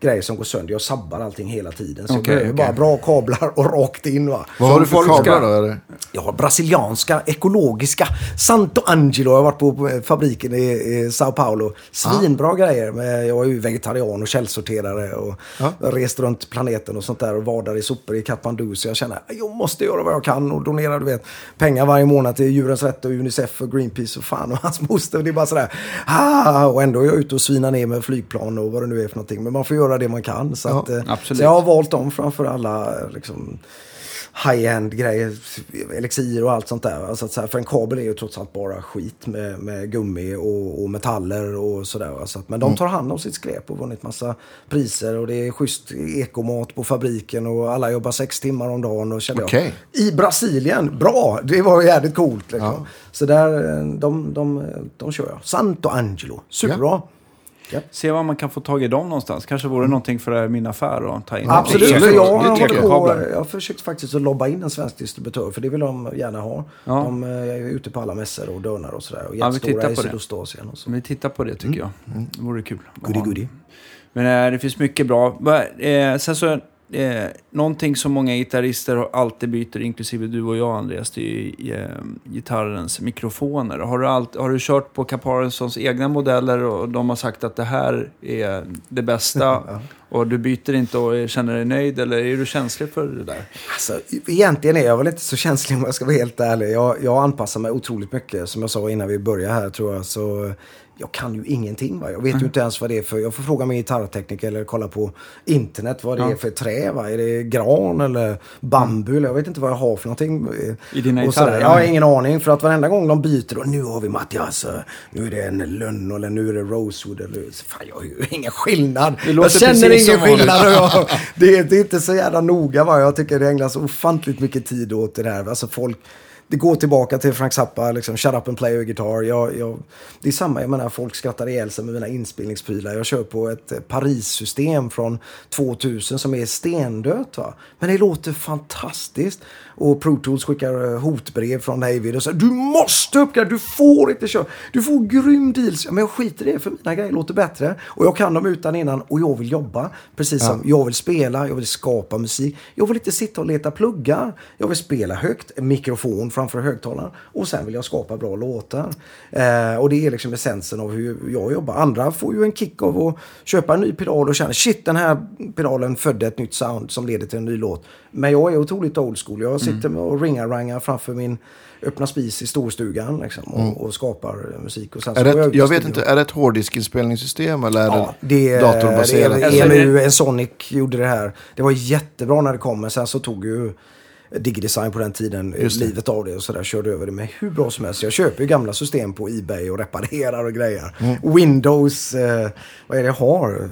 grejer som går sönder. Jag sabbar allting hela tiden. Så okay, jag okay. bara bra kablar och rakt in. Va? Vad har du för kablar då? Eller? Jag har brasilianska, ekologiska. Santo Angelo. Jag har varit på fabriken i, i Sao Paulo. Svinbra ah. grejer. Men jag är ju vegetarian och källsorterare. Och ah. jag rest runt planeten och sånt där. Och var där i sopor i Kathmandu. Så jag känner att jag måste göra vad jag kan. Och donera, du vet, pengar varje månad till Djurens Rätt och Unicef och Greenpeace och fan och hans moster. Det är bara sådär. Ah, och ändå är jag ute och svinar ner med flygplan och vad det nu är för någonting. Men man får göra det man kan. Så, ja, att, så jag har valt dem framför alla liksom, high-end grejer, elixir och allt sånt där. Alltså, så här, för en kabel är ju trots allt bara skit med, med gummi och, och metaller och sådär. Alltså, men de tar hand om sitt skräp och vunnit massa priser och det är schysst ekomat på fabriken och alla jobbar sex timmar om dagen. Och känner okay. jag, i Brasilien, bra! Det var jävligt coolt. Liksom. Ja. Så där, de, de, de kör jag. Santo Angelo, superbra. Ja. Yep. Se vad man kan få tag i dem någonstans. Kanske vore mm. någonting för min affär att ta in. Absolut, för jag, jag, på, jag har försökt faktiskt att lobba in en svensk distributor. För det vill de gärna ha. Ja. De är ute på alla mässor och dörnar och sådär. Och ja, vi tittar i på Sydostasien och så. Vi tittar på det tycker mm. jag. Mm. Det vore kul. Goodie, goodie. Men äh, det finns mycket bra. Äh, sen så... Eh, någonting som många gitarrister alltid byter, inklusive du och jag Andreas, det är ju eh, gitarrens mikrofoner. Har du, allt, har du kört på Caparisons egna modeller och de har sagt att det här är det bästa ja. och du byter inte och känner dig nöjd, eller är du känslig för det där? Alltså, egentligen är jag väl inte så känslig om jag ska vara helt ärlig. Jag, jag anpassar mig otroligt mycket, som jag sa innan vi började här tror jag, så... Jag kan ju ingenting, va? Jag vet mm. ju inte ens vad det är för... Jag får fråga min gitarrtekniker eller kolla på internet vad det ja. är för trä, va? Är det gran eller bambu? Mm. Jag vet inte vad jag har för någonting. I dina och gitarrer? Jag har ingen aning, för att varenda gång de byter och nu har vi Mattias, nu är det en lönn eller nu är det Rosewood eller... Fan, jag har ju ingen skillnad. Jag känner ingen skillnad. Jag, det, är, det är inte så jävla noga, va? Jag tycker det ägnas ofantligt mycket tid åt det här. Alltså folk... Det går tillbaka till Frank Zappa, liksom, shut up and play your guitar. Jag, jag, det är samma, jag menar, folk skrattar ihjäl sig med mina inspelningsprylar. Jag kör på ett Paris-system från tvåtusen som är stendött, va? Men det låter fantastiskt. Och Pro Tools skickar hotbrev från David och säger, du måste uppgradera, du får inte köra. Du får grym deals. Men jag skiter i det, för mina grejer låter bättre. Och jag kan dem utan innan och jag vill jobba. Precis som ja. jag vill spela, jag vill skapa musik. Jag vill inte sitta och leta pluggar. Jag vill spela högt, en mikrofon framför högtalaren. Och sen vill jag skapa bra låtar. Eh, och det är liksom essensen av hur jag jobbar. Andra får ju en kick av att köpa en ny pedal och känna, shit, den här pedalen födde ett nytt sound som leder till en ny låt. Men jag är otroligt old school. Jag sitter med och ringar-rangar framför min öppna spis i storstugan liksom, och, mm. och skapar musik. Och sen är det så ett, jag jag vet inte, är det ett hårddiskinspelningssystem eller är ja, det, det datorbaserat? Det är, E M U, en Sonic gjorde det här. Det var jättebra när det kom, men sen så tog ju DigiDesign på den tiden livet av det och sådär, körde över det med hur bra som helst. Jag köper ju gamla system på eBay och reparerar och grejer. Mm. Windows, eh, vad är det jag har?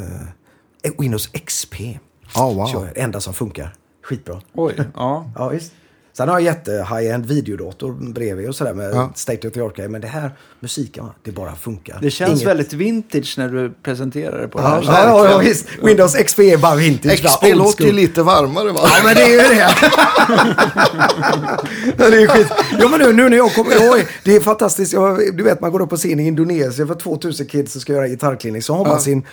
Eh, Windows X P. Oh, wow. Så, enda som funkar. Skitbra. Oj, ja. Ja, visst. Sen har jag jätte high-end videodator bredvid och sådär med ja. state of the art. Men det här, musiken, det bara funkar. Det känns Inget... väldigt vintage när du presenterar det på ja, det här. Ja, ja, ja, visst. Windows X P är bara vintage. X P låter ju lite varmare, va? Ja, men det är ju det. Det är skit. Ja, men nu, nu när jag kommer ihåg, det är fantastiskt. Jag, du vet, man går upp på scen i Indonesien för tvåtusen kids som ska göra gitarrklinik. Så har man ja. sin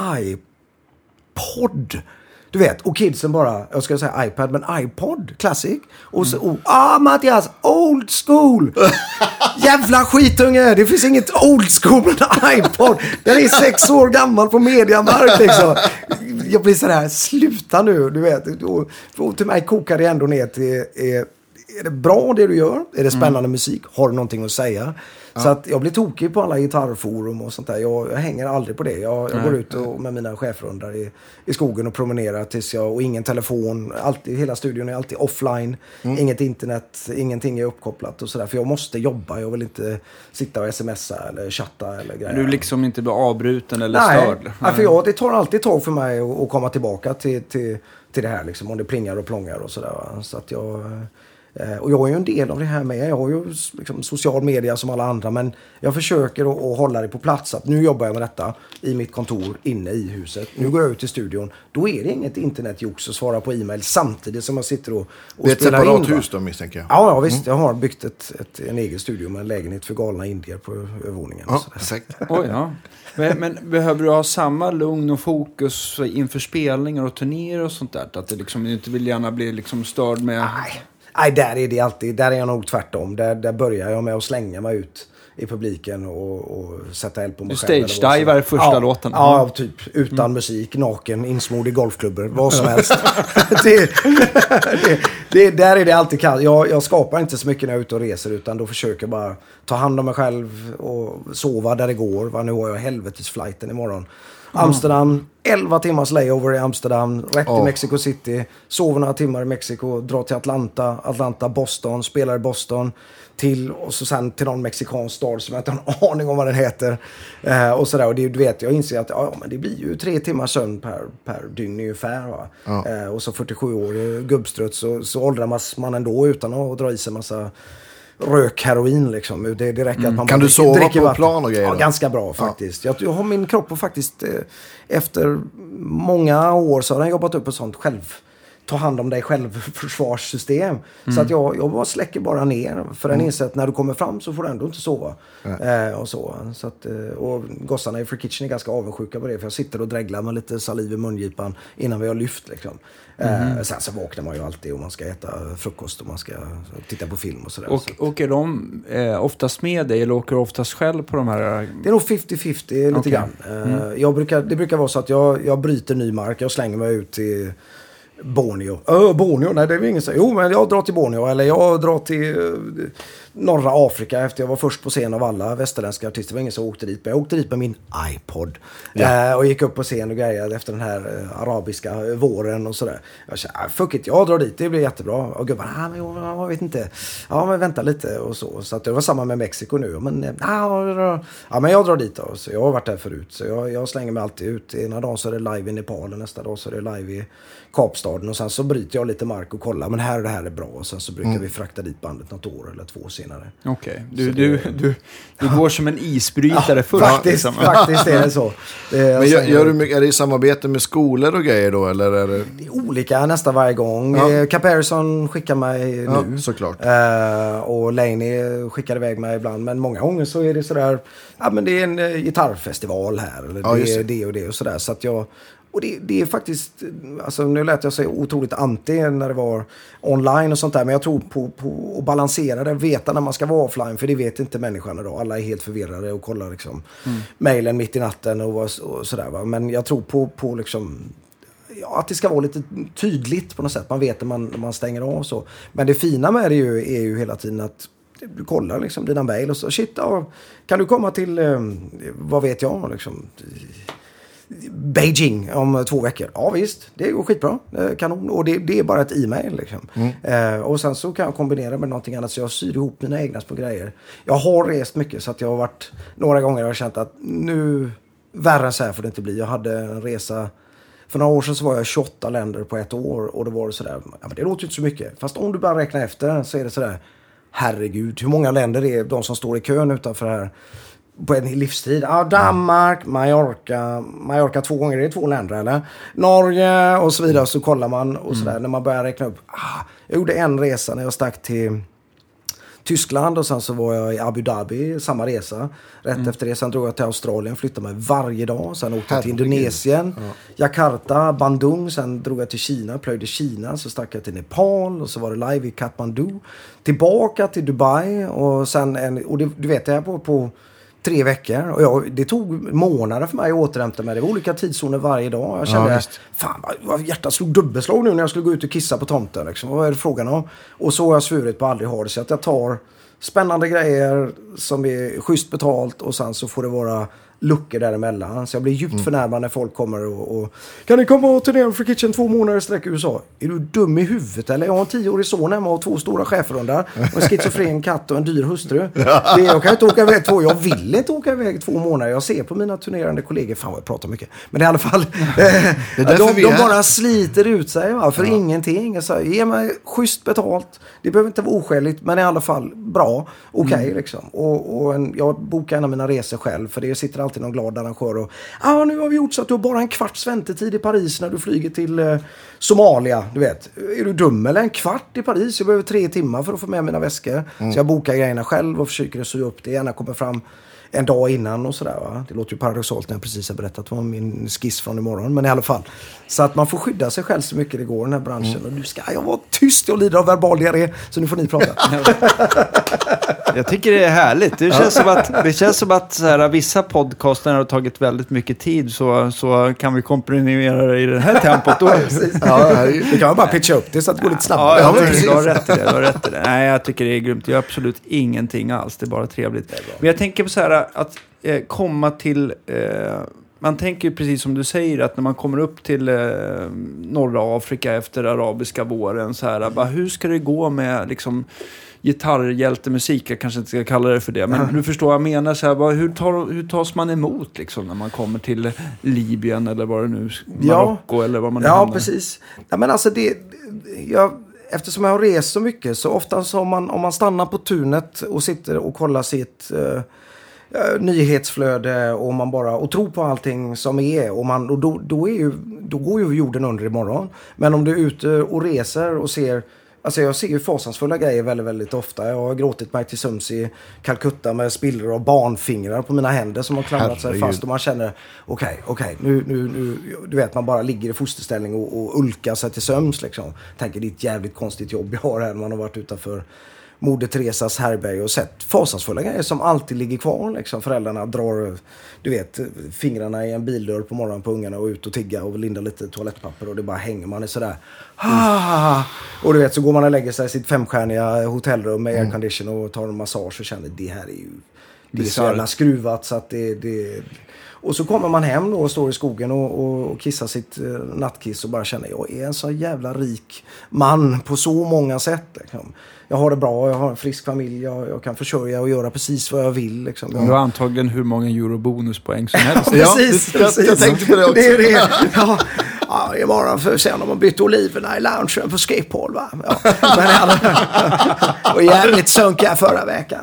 iPod. Du vet, och kidsen bara, jag ska säga iPad, men iPod, classic. Och så, och, ah Mattias, old school. Jävla skitunge, det finns inget old school med en iPod. Den är sex år gammal på Mediamarkt liksom. Jag blir sådär, sluta nu, du vet. Och, och till mig kokar det ändå ner till, är, är det bra det du gör? Är det spännande mm. musik? Har du någonting att säga? Ja. Så att jag blir tokig på alla gitarrforum och sånt där. Jag, jag hänger aldrig på det. Jag, jag går ut och, med mina chefrundar i, i skogen och promenerar tills jag, och ingen telefon. Alltid, hela studion är alltid offline. Mm. Inget internet, ingenting är uppkopplat och sådär. För jag måste jobba. Jag vill inte sitta och smsa eller chatta eller grejer. Du liksom inte blir avbruten eller Nej. störd? Nej, Nej, för jag, det tar alltid tag för mig att, att komma tillbaka till, till, till det här liksom. Om det plingar och plångar och sådär. Så att jag... Och jag är ju en del av det här med. Jag har ju liksom social media som alla andra. Men jag försöker att, att hålla det på plats. Att nu jobbar jag med detta i mitt kontor inne i huset. Nu går jag ut i studion. Då är det inget internetjox att svara på e-mail samtidigt som jag sitter och, och spelar in. Det är ett separat hus då, misstänker jag. Ja, ja visst. Mm. Jag har byggt ett, ett, en egen studio med en lägenhet för galna indier på övervåningen. Ja, perfekt. Oj, ja. Men, men behöver du ha samma lugn och fokus inför spelningar och turnéer och sånt där? Att det liksom inte vill gärna bli liksom störd med... Nej. Nej, där är det alltid. Där är jag nog tvärtom. Där, där börjar jag med att slänga mig ut i publiken och, och sätta eld på mig själv. Stage-divar första ja, låten. Ja, mm. typ. Utan mm. musik, naken, insmord i golfklubbor. Vad som helst. det, det, det, där är det alltid kallt. Jag, jag skapar inte så mycket när jag är ute och reser. Utan då försöker jag bara ta hand om mig själv och sova där det går. Va, nu har jag helvetesflighten imorgon. Amsterdam, elva timmars layover i Amsterdam, rätt oh. i Mexico City, sover några timmar i Mexiko, drar till Atlanta, Atlanta, Boston, spelar i Boston, till och så sen till någon mexikansk stad som jag inte har en aning om vad den heter. Eh, och sådär, och det, du vet, jag inser att ja, men det blir ju tre timmars sömn per, per dygn ungefär. Va? Oh. Eh, och så fyrtiosju år gubbstrutt så, så åldras man ändå utan att dra i sig massa rök, heroin liksom. Det, det räcker mm. att man kan du sova på plan och grejer? Ja, ganska bra faktiskt. Ja. Jag, jag har min kropp och faktiskt eh, efter många år så har den jobbat upp ett sånt själv ta hand om dig själv försvarssystem. Mm. Så att jag, jag bara släcker bara ner. För den inser att när du kommer fram så får du ändå inte sova. Eh, och så. så att, och gossarna i Free Kitchen är ganska avundsjuka på det. För jag sitter och dreglar med lite saliv i mungipan innan vi har lyft liksom. Mm. Eh, sen så vaknar man ju alltid och man ska äta frukost och man ska titta på film och sådär. Och så att, åker de eh, oftast med dig eller åker du oftast själv på de här? Det är nog femtio femtio lite okay. grann. Eh, mm. jag brukar, det brukar vara så att jag, jag bryter ny mark. Jag slänger mig ut till Borneo. Öh, Borneo? Nej, det är väl ingen så. Jo, men jag drar till Borneo. Eller jag drar till uh, norra Afrika efter jag var först på scen av alla västerländska artister. Det var ingen som åkte dit. Men jag åkte dit med min iPod. Ja. Uh, och gick upp på scen och grejade efter den här uh, arabiska uh, våren och sådär. Jag sa, ah, fuck it, jag drar dit. Det blir jättebra. Och gubbarna, ah, men jag, jag vet inte. Ja, men vänta lite och så. Så att det var samma med Mexiko nu. Men, uh, ah, ja, men jag drar dit då. Så jag har varit där förut. Så jag, jag slänger mig alltid ut. Ena dagen så är det live i Nepal. Nästa dag så är det live i Kapstaden och sen så bryter jag lite mark och kollar men här och det här är bra och sen så brukar mm. vi frakta dit bandet något år eller två senare. Okej, okay. du, du, det, du, du går som en isbrytare ja, först. Faktiskt, liksom. faktiskt är det så. Det är, men gör, gör du mycket, är det i samarbete med skolor och grejer då? Eller är det... det är olika nästan varje gång. Ja. Caparison skickar mig ja, nu. Såklart. Uh, och Laney skickar iväg mig ibland men många gånger så är det sådär ja men det är en uh, gitarrfestival här eller ja, det är det och det och sådär så att jag och det, det är faktiskt, alltså nu lät jag sig otroligt anti när det var online och sånt där, men jag tror på, på att balansera det, veta när man ska vara offline, för det vet inte människan idag. Alla är helt förvirrade och kollar liksom mm. mejlen mitt i natten och, och sådär va. Men jag tror på, på liksom, ja, att det ska vara lite tydligt på något sätt. Man vet när man, när man stänger av och så. Men det fina med det ju, är ju hela tiden att du kollar liksom dina mejl och så, shit, ja, kan du komma till, eh, vad vet jag, liksom... Beijing om två veckor. Ja visst, det går skitbra. Kanon. Och det, det är bara ett e-mail liksom. Mm. Eh, och sen så kan jag kombinera med någonting annat så jag syr ihop mina egna små grejer. Jag har rest mycket så att jag har varit några gånger och har känt att nu värre än så här får det inte bli. Jag hade en resa för några år sedan så var jag i tjugoåtta länder på ett år och då var det sådär, ja men det låter ju inte så mycket. Fast om du bara räknar efter så är det sådär, herregud, hur många länder är de som står i kön utanför här på en livstid? Ja, Danmark, Mallorca. Mallorca två gånger, det är två länder eller? Norge och så vidare. Så kollar man och sådär. Mm. När man börjar räkna upp. Ah, jag gjorde en resa när jag stack till Tyskland och sen så var jag i Abu Dhabi, samma resa. Rätt mm. efter det, sen drog jag till Australien, flyttade mig varje dag. Sen åkte jag till Indonesien, ja. Jakarta, Bandung. Sen drog jag till Kina, plöjde Kina. Så stack jag till Nepal och så var det live i Kathmandu. Tillbaka till Dubai och sen en, och det, du vet det här på... på tre veckor. Och jag, det tog månader för mig att återhämta mig. Det var olika tidszoner varje dag. Jag kände, ja, fan, vad hjärtat slog dubbelslag nu när jag skulle gå ut och kissa på tomten. Liksom. Vad är det frågan om? Och så har jag svurit på aldrig ha det. Så att jag tar spännande grejer som är schysst betalt och sen så får det vara luckor däremellan. Så jag blir djupt mm. förnärmad när folk kommer och, och kan ni komma och turnera för Kitchen två månader i sträck i U S A? Är du dum i huvudet? Eller jag har en tioårig son hemma och två stora schäferhundar och en schizofren katt och en dyr hustru. Det, jag kan inte åka iväg två. Jag vill inte åka iväg två månader. Jag ser på mina turnerande kollegor. Fan vad jag pratar mycket. Men i alla fall de, de bara sliter ut sig va, för ja. ingenting. Så, ge mig schysst betalt. Det behöver inte vara oskäligt men i alla fall bra. Okej okay, mm. liksom. Och, och en, jag bokar en av mina resor själv för det sitter alltid någon glad arrangör och ah, nu har vi gjort så att du har bara en kvarts väntetid i Paris när du flyger till eh, Somalia, du vet. Är du dum eller en kvart i Paris? Jag behöver tre timmar för att få med mina väskor. Mm. Så jag bokar grejerna själv och försöker sy upp det. Gärna kommer fram en dag innan och sådär va. Det låter ju paradoxalt när jag precis har berättat om min skiss från imorgon. Men i alla fall. Så att man får skydda sig själv så mycket det går i den här branschen. Mm. Och nu ska jag vara tyst och lider av verbal diarré. Så nu får ni prata. Jag tycker det är härligt. Det känns som att, det känns som att så här, vissa podcaster har tagit väldigt mycket tid. Så, så kan vi komprimera det i det här tempot. Då. Ja, det kan man bara pitcha upp det så att det går lite snabbare. Ja, ja, du har rätt i det. Du har rätt i det. Nej, jag tycker det är grymt. Jag har absolut ingenting alls. Det är bara trevligt. Är Men jag tänker på så här att eh, komma till... Eh, man tänker ju precis som du säger att när man kommer upp till eh, norra Afrika efter arabiska våren så här, bara, hur ska det gå med liksom gitarrhjältemusik, jag kanske inte ska kalla det för det, men mm. du förstår vad jag menar så här, bara, hur, tar, hur tas man emot liksom när man kommer till Libyen eller vad det nu Marocko ja. eller vad man nu Ja, hamnar. precis. Ja, men alltså det jag, eftersom jag har rest så mycket så ofta så om man, om man stannar på tunet och sitter och kollar sitt eh, nyhetsflöde och man bara och tror på allting som är och man och då då är ju då går ju jorden under imorgon. Men om du är ute och reser och ser, alltså jag ser ju fasansfulla grejer väldigt väldigt ofta. Jag har gråtit mig till sömns i Calcutta med spillror av barnfingrar på mina händer som har klamrat sig fast och man känner okej, okay, okej, okay, nu nu nu du vet man bara ligger i fosterställning och, och ulkar sig till sömns liksom. Tänker det är ett jävligt konstigt jobb jag har här när man har varit utanför Moder Teresas härberg och sett fasansfulla grejer som alltid ligger kvar liksom. Föräldrarna drar, du vet, fingrarna i en bildörr på morgonen på ungarna och ut och tigga och linda lite toalettpapper och det bara hänger man är sådär ah! Och du vet så går man och lägger sig i sitt femstjärniga hotellrum med mm. aircondition och tar en massage och känner det här är ju det är så jävla skruvat så att det, det och så kommer man hem då och står i skogen och, och, och kissar sitt uh, nattkiss och bara känner jag är en så jävla rik man på så många sätt liksom. Jag har det bra, jag har en frisk familj, jag, jag kan försörja och göra precis vad jag vill. Liksom. Du har antagligen hur många eurobonuspoäng som helst. Ja, precis, ja, precis. Jag, jag tänkte på det också. Det är det. Ja, ja, imorgon för sen om man bytte oliverna i loungen på Skipphall va? Ja. Men alla, och jävligt sunk jag förra veckan.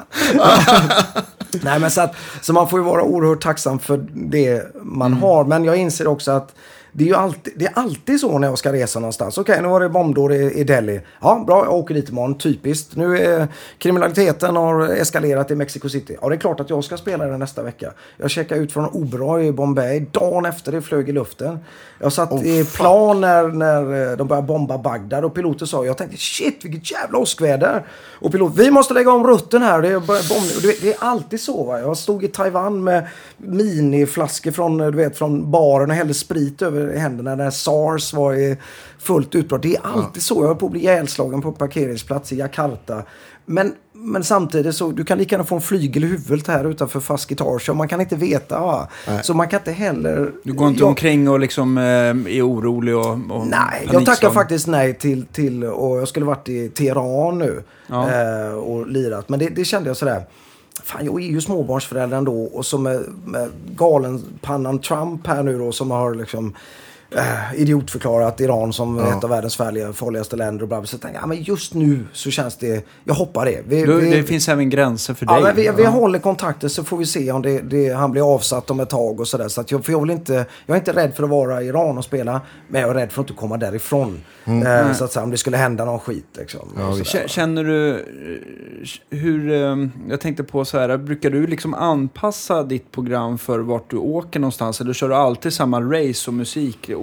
Nej, men så, att, så man får ju vara oerhört tacksam för det man mm. har. Men jag inser också att det är ju alltid, det är alltid så när jag ska resa någonstans. Okej, nu var det bombdåd i, i Delhi. Ja, bra, jag åker dit imorgon. Typiskt. Nu är kriminaliteten har eskalerat i Mexico City. Ja, det är klart att jag ska spela det nästa vecka. Jag checkade ut från Oberoi i Bombay. Dagen efter det flög i luften. Jag satt oh, i plan när, när de började bomba Bagdad. Och piloten sa, jag tänkte, shit, vilket jävla åskväder. Och pilot, vi måste lägga om rutten här. Det är, bomb- det är alltid så, va. Jag stod i Taiwan med miniflaskor från, du vet, från baren och hällde sprit över händerna när SARS var i fullt utbrott. Det är alltid ja. så. Jag var på att bli ihjälslagen på parkeringsplats i Jakarta. Men, men samtidigt så du kan lika gärna få en flygel i huvudet här utanför Fast Guitar Show. Man kan inte veta. Va? Så man kan inte heller... Du går inte jag, omkring och liksom eh, är orolig och, och nej, jag tackar faktiskt nej till, till och jag skulle varit i Teheran nu ja. eh, och lirat. Men det, det kände jag sådär. Fan, jag är ju småbarnsförälder ändå och som med, med galen pannan Trump här nu då som har liksom äh, idiotförklarat Iran som ja. ett av världens farliga, farligaste länder och bla, så tänker jag, ja, men just nu så känns det, jag hoppar det. Vi, du, vi, det finns även gränser för ja, dig. Men vi, vi ja. håller kontakten så får vi se om det, det, han blir avsatt om ett tag och sådär. Så att jag, för jag vill inte, jag är inte rädd för att vara i Iran och spela, men jag är rädd för att inte komma därifrån. Mm. Eh, så att säga, om det skulle hända någon skit. Liksom, ja, känner du hur, jag tänkte på så här, brukar du liksom anpassa ditt program för vart du åker någonstans eller kör du alltid samma race och musik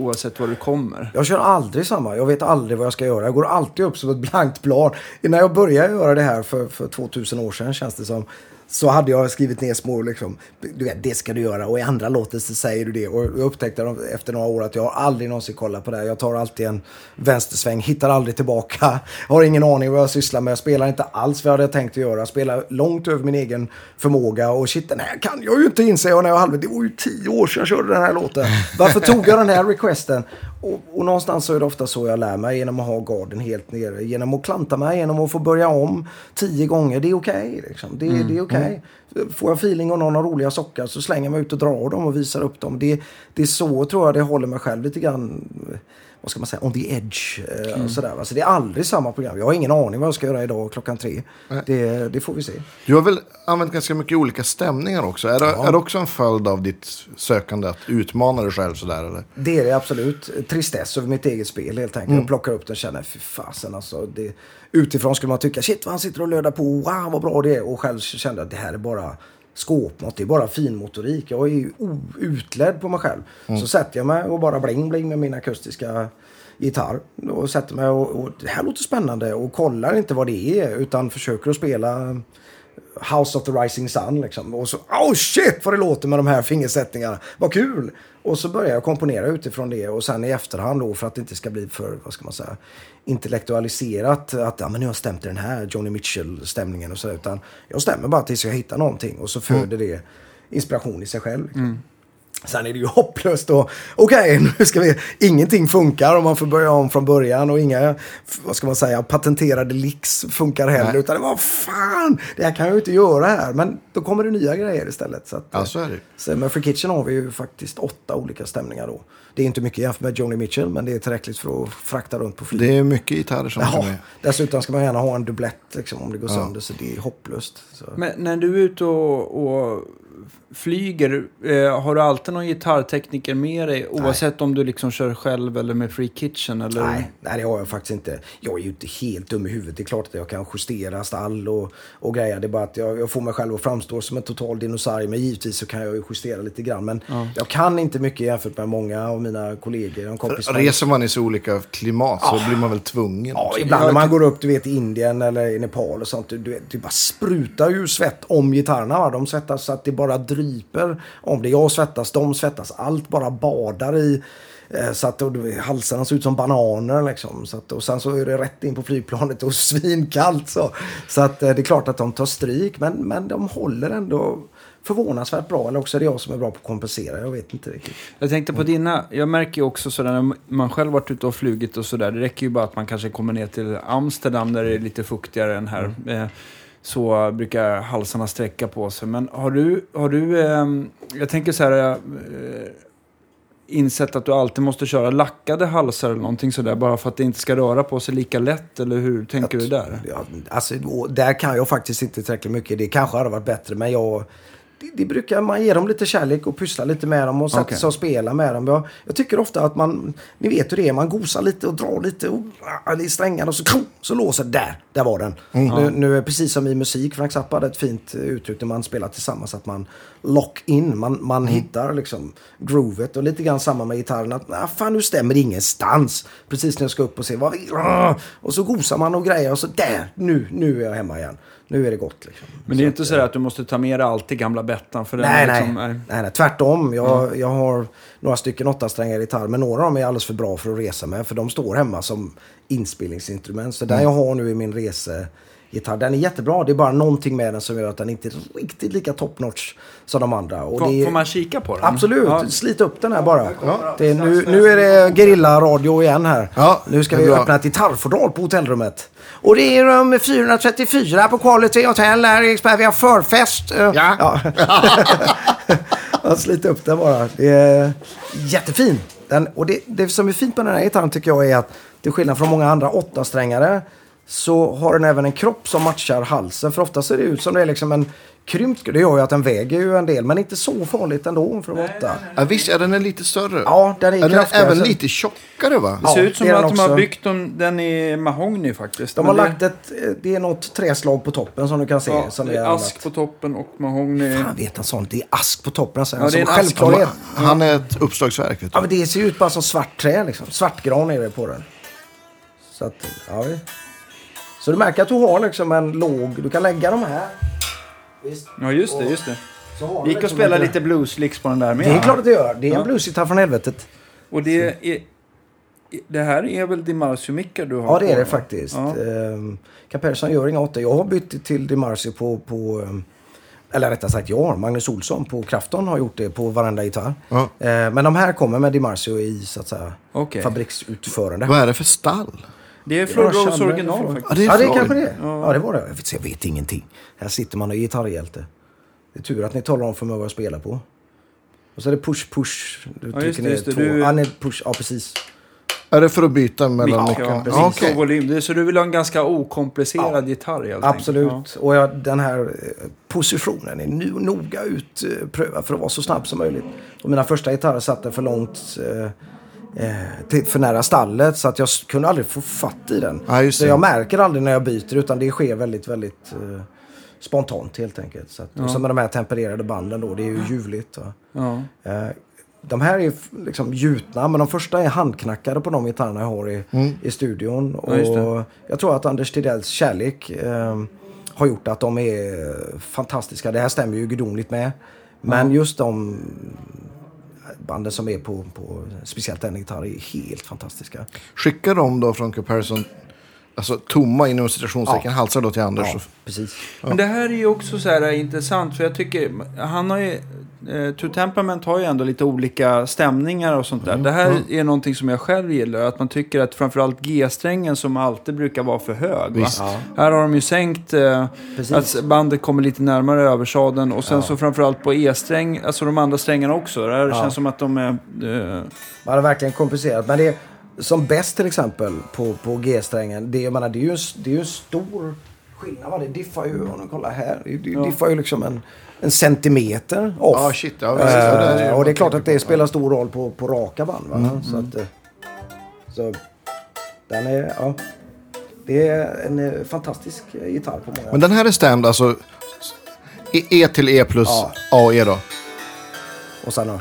oavsett var du kommer? Jag kör aldrig samma. Jag vet aldrig vad jag ska göra. Jag går alltid upp som ett blankt blad. När jag började göra det här för, för tvåtusen år sedan, känns det som, så hade jag skrivit ner små, liksom, du vet, det ska du göra. Och i andra låter så säger du det. Och jag upptäckte efter några år att jag aldrig någonsin kollar på det. Jag tar alltid en vänstersväng, hittar aldrig tillbaka. Har ingen aning vad jag sysslar med. Jag spelar inte alls vad jag hade tänkt att göra. Jag spelar långt över min egen förmåga. Och shit, den här kan jag ju inte inse. Jag när jag halv... Det var ju tio år sedan jag körde den här låten. Varför tog jag den här requesten? Och, och någonstans så är det ofta så jag lär mig, genom att ha garden helt nere. Genom att klanta mig, genom att få börja om tio gånger. Det är okej. Okay, liksom. Det, mm. det är okej. Okay. Mm. Får jag feeling och någon har roliga sockar så slänger jag mig ut och drar dem och visar upp dem. Det, det är så, tror jag, det håller mig själv lite grann, vad ska man säga, on the edge. Mm. Och sådär. Alltså, det är aldrig samma program. Jag har ingen aning vad jag ska göra idag klockan tre. Det, det får vi se. Du har väl använt ganska mycket olika stämningar också. Är det, ja. är det också en följd av ditt sökande att utmana dig själv sådär? Eller? Det är det absolut. Tristess över mitt eget spel helt enkelt. Mm. Jag plockar upp den och känner, fy fasen alltså. Det, utifrån skulle man tycka, shit vad han sitter och lödar på. Wow vad bra det är. Och själv kände att det här är bara skåpmat. Det är bara fin motorik. Jag är ju utledd på mig själv. Mm. Så sätter jag mig och bara bling bling med min akustiska gitarr. Och sätter mig och, och det här låter spännande. Och kollar inte vad det är. Utan försöker att spela House of the Rising Sun liksom. Och så, oh shit vad det låter med de här fingersättningarna. Vad kul! Och så börjar jag komponera utifrån det. Och sen i efterhand då, för att det inte ska bli för, vad ska man säga, intellektualiserat. Att ja, men nu har jag stämt den här Joni Mitchell-stämningen och så. Utan jag stämmer bara tills jag hittar någonting. Och så föder det inspiration i sig själv. Liksom. Mm. Sen är det ju hopplöst och okej, okay, nu ska vi, ingenting funkar om man får börja om från början och inga, vad ska man säga, patenterade licks funkar heller. Nej. Utan det var fan, det här kan jag ju inte göra här. Men då kommer det nya grejer istället. Så att, ja, så är det. Så med Free Kitchen har vi ju faktiskt åtta olika stämningar då. Det är inte mycket jämfört med Joni Mitchell, men det är tillräckligt för att frakta runt på flyg. Det är mycket gitarrer som ja, med. Dessutom ska man gärna ha en dubblett liksom, om det går ja. sönder, så det är hopplöst. Så. Men när du är ute och, och flyger, eh, har du alltid någon gitarrtekniker med dig? Oavsett nej. om du liksom kör själv eller med Free Kitchen? Eller? Nej, nej, det har jag faktiskt inte. Jag är ju inte helt dum i huvudet. Det är klart att jag kan justera stall och, och grejer. Det är bara att jag, jag får mig själv att framstå som en total dinosaurie. Men givetvis så kan jag ju justera lite grann. Men ja. jag kan inte mycket jämfört med många av mina kollegor. Kompisar. Reser man i så olika klimat ja. så blir man väl tvungen. Ja, ibland när man går upp, du vet, i Indien eller i Nepal och sånt. Du vet, det bara sprutar ju svett om gitarrerna. Va? De svettas så att det bara dryper om det. Jag svettas, de svettas. Allt bara badar i eh, så att och, halsarna ser ut som bananer liksom. Så att, och sen så är det rätt in på flygplanet och svinkallt så. Så att eh, det är klart att de tar stryk, men, men de håller ändå förvånansvärt bra. Eller också är det jag som är bra på att kompensera. Jag vet inte riktigt. Jag tänkte på dina, jag märker ju också sådär när man själv varit ute och flugit och sådär. Det räcker ju bara att man kanske kommer ner till Amsterdam där det är lite fuktigare än här. Mm. Eh, så brukar halsarna sträcka på sig. Men har du, har du eh, jag tänker så här, eh, insett att du alltid måste köra lackade halsar eller någonting sådär, bara för att det inte ska röra på sig lika lätt, eller hur tänker jag, du där? Ja, alltså, där kan jag faktiskt inte tillräckligt mycket. Det kanske hade varit bättre, men jag... Det, det brukar man ge dem lite kärlek och pyssla lite med dem och sätta okay. sig och spela med dem. Jag, jag tycker ofta att man, ni vet hur det är, man gosar lite och drar lite och i strängarna och så, så låser där, där var den. Mm. Nu, nu är precis som i musik, Frank Zappa hade ett fint uttryck när man spelar tillsammans, att man lock in, man, man mm. hittar liksom groovet, och lite grann samma med gitarren, att nah, fan nu stämmer det ingenstans precis när jag ska upp och se vad vi, och så gosar man och grejer och så där, nu, nu är jag hemma igen. Nu är det gott liksom. Men det är så inte så att, att du måste ta med dig alltid gamla Bettan för den nej, liksom nej. Är... nej, nej, tvärtom. Jag, mm. jag har några stycken åtta strängar gitarr, men några av dem är alldeles för bra för att resa med, för de står hemma som inspelningsinstrument. Så mm. den jag har nu i min resegitarr, den är jättebra. Det är bara någonting med den som gör att den inte är riktigt lika top notch som de andra. Och får, det är... får man kika på den? Absolut, ja. Slit upp den här bara. Ja. Det är, nu, nu är det gerilla-radio igen här. Ja, nu ska vi bra. öppna ett gitarrfodral på hotellrummet. Och det är rum fyrahundratrettiofyra på Quality Hotel här i Eksberg. Vi har förfest. Ja. ja. Jag sliter upp den bara. Det är jättefin. Den, och det, det som är fint med den här gitarren tycker jag är att till skillnad från många andra åtta strängare så har den även en kropp som matchar halsen. För ofta ser det ut som det är liksom en krympt. Det gör ju att den väger ju en del, men inte så farligt ändå för att vara åtta. Ja, visst, är den är lite större. Ja, den är, är kraftigare. även lite tjockare, va? Det ser Ja, ut som det är att den de har också. byggt dem, den i mahogny faktiskt. De Men har det, lagt ett, det är något träslag på toppen som du kan se. ja, som det är annat. ask på toppen och mahogny. Fan vet en sån, det är ask på toppen. Alltså, Ja, det är en som ask. självklarhet. Han är ett uppslagsverk. Vet du. Ja, men det ser ut bara som svart trä liksom. Svartgran är det på den. Så att, ja. Så du märker att du har liksom en låg, du kan lägga de här. Visst. Ja, just det, Och just det. så har du Gick och liksom spela en- lite blueslicks på den där med. Det är klart att det gör. Det är en Ja. bluesgitarr från helvetet. Och det är... Det här är väl DiMarzio-mickar du har Ja, det är på, det va? faktiskt. Ja. Um, Caperson gör inga åtta. Jag har bytt till DiMarzio på... på um, eller rättare sagt, jag har. Magnus Olsson på Krafton har gjort det på varenda gitarr. Ja. Uh, men de här kommer med DiMarzio i så att säga Okej. fabriksutförande. Vad är det för stall? Det är Floyd Ja, Rose Chandler, original Floyd. faktiskt. Ja, det är Ja, det är Floyd. kanske det. Ja. Ja, det var det. Jag vet, jag vet ingenting. Här sitter man och är gitarrhjälte. Det är tur att ni talar om för mig vad jag spelar på. Och så är det push, push. Du Ja, trycker just det, ner just det. två. Du- Ja, nej, push. Ja, precis. Är det för att byta mellan Ja, nyckeln? Ja, precis. Ja, okej. Så volym. Det är, så du vill ha en ganska okomplicerad gitarr helt Absolut. enkelt. Och jag, den här eh, positionen är nu noga utprövad för att vara så snabb som möjligt. Och mina första gitarrer satt den för långt eh, eh, till, för nära stallet så att jag s- kunde aldrig få fatt i den. Ja, just så det. jag märker aldrig när jag byter utan det sker väldigt, väldigt eh, spontant helt enkelt. Så att, Ja. Och så med de här tempererade banden då, det är ju ljuvligt. Va? Ja. Eh, de här är f- liksom gjutna, men de första är handknackade på de gitarrerna jag har i, i studion. Ja, just det. Och jag tror att Anders Tidells kärlek eh, har gjort att de är fantastiska. Det här stämmer ju gudomligt med. Men Ja. just de banden som är på, på speciellt den gitarren är helt fantastiska. Skickar de då från Comparison, alltså tomma inom citationstecken, Ja. halsar då till Anders? Ja, Och- precis. Men det här är ju också så här intressant för jag tycker han har ju eh, True Temperament har ju ändå lite olika stämningar och sånt där. Det här är någonting som jag själv gillar, att man tycker att framförallt G-strängen som alltid brukar vara för hög. Va? Visst. Ja. Här har de ju sänkt eh, Precis. att bandet kommer lite närmare översaden och sen så framförallt på E-sträng, alltså de andra strängarna också. Det här Ja. känns som att de är eh, Man har verkligen kompenserat. Men det är som bäst till exempel på, på G-strängen. Det, jag menar, det är ju en, det är ju en stor skillnad. Va? Det diffar ju, om du kollar här. Det, det Ja. diffar ju liksom en, en centimeter off. Ja, shit. Ja, precis. Ja, det är ju- Eh, och det är klart att det spelar stor roll på, på raka band. Va? Så, att, eh, så den är, ja. Det är en eh, fantastisk eh, gitarr på många. Men den här är stämd, alltså E E till E plus Ja. A och E då? Och sen då.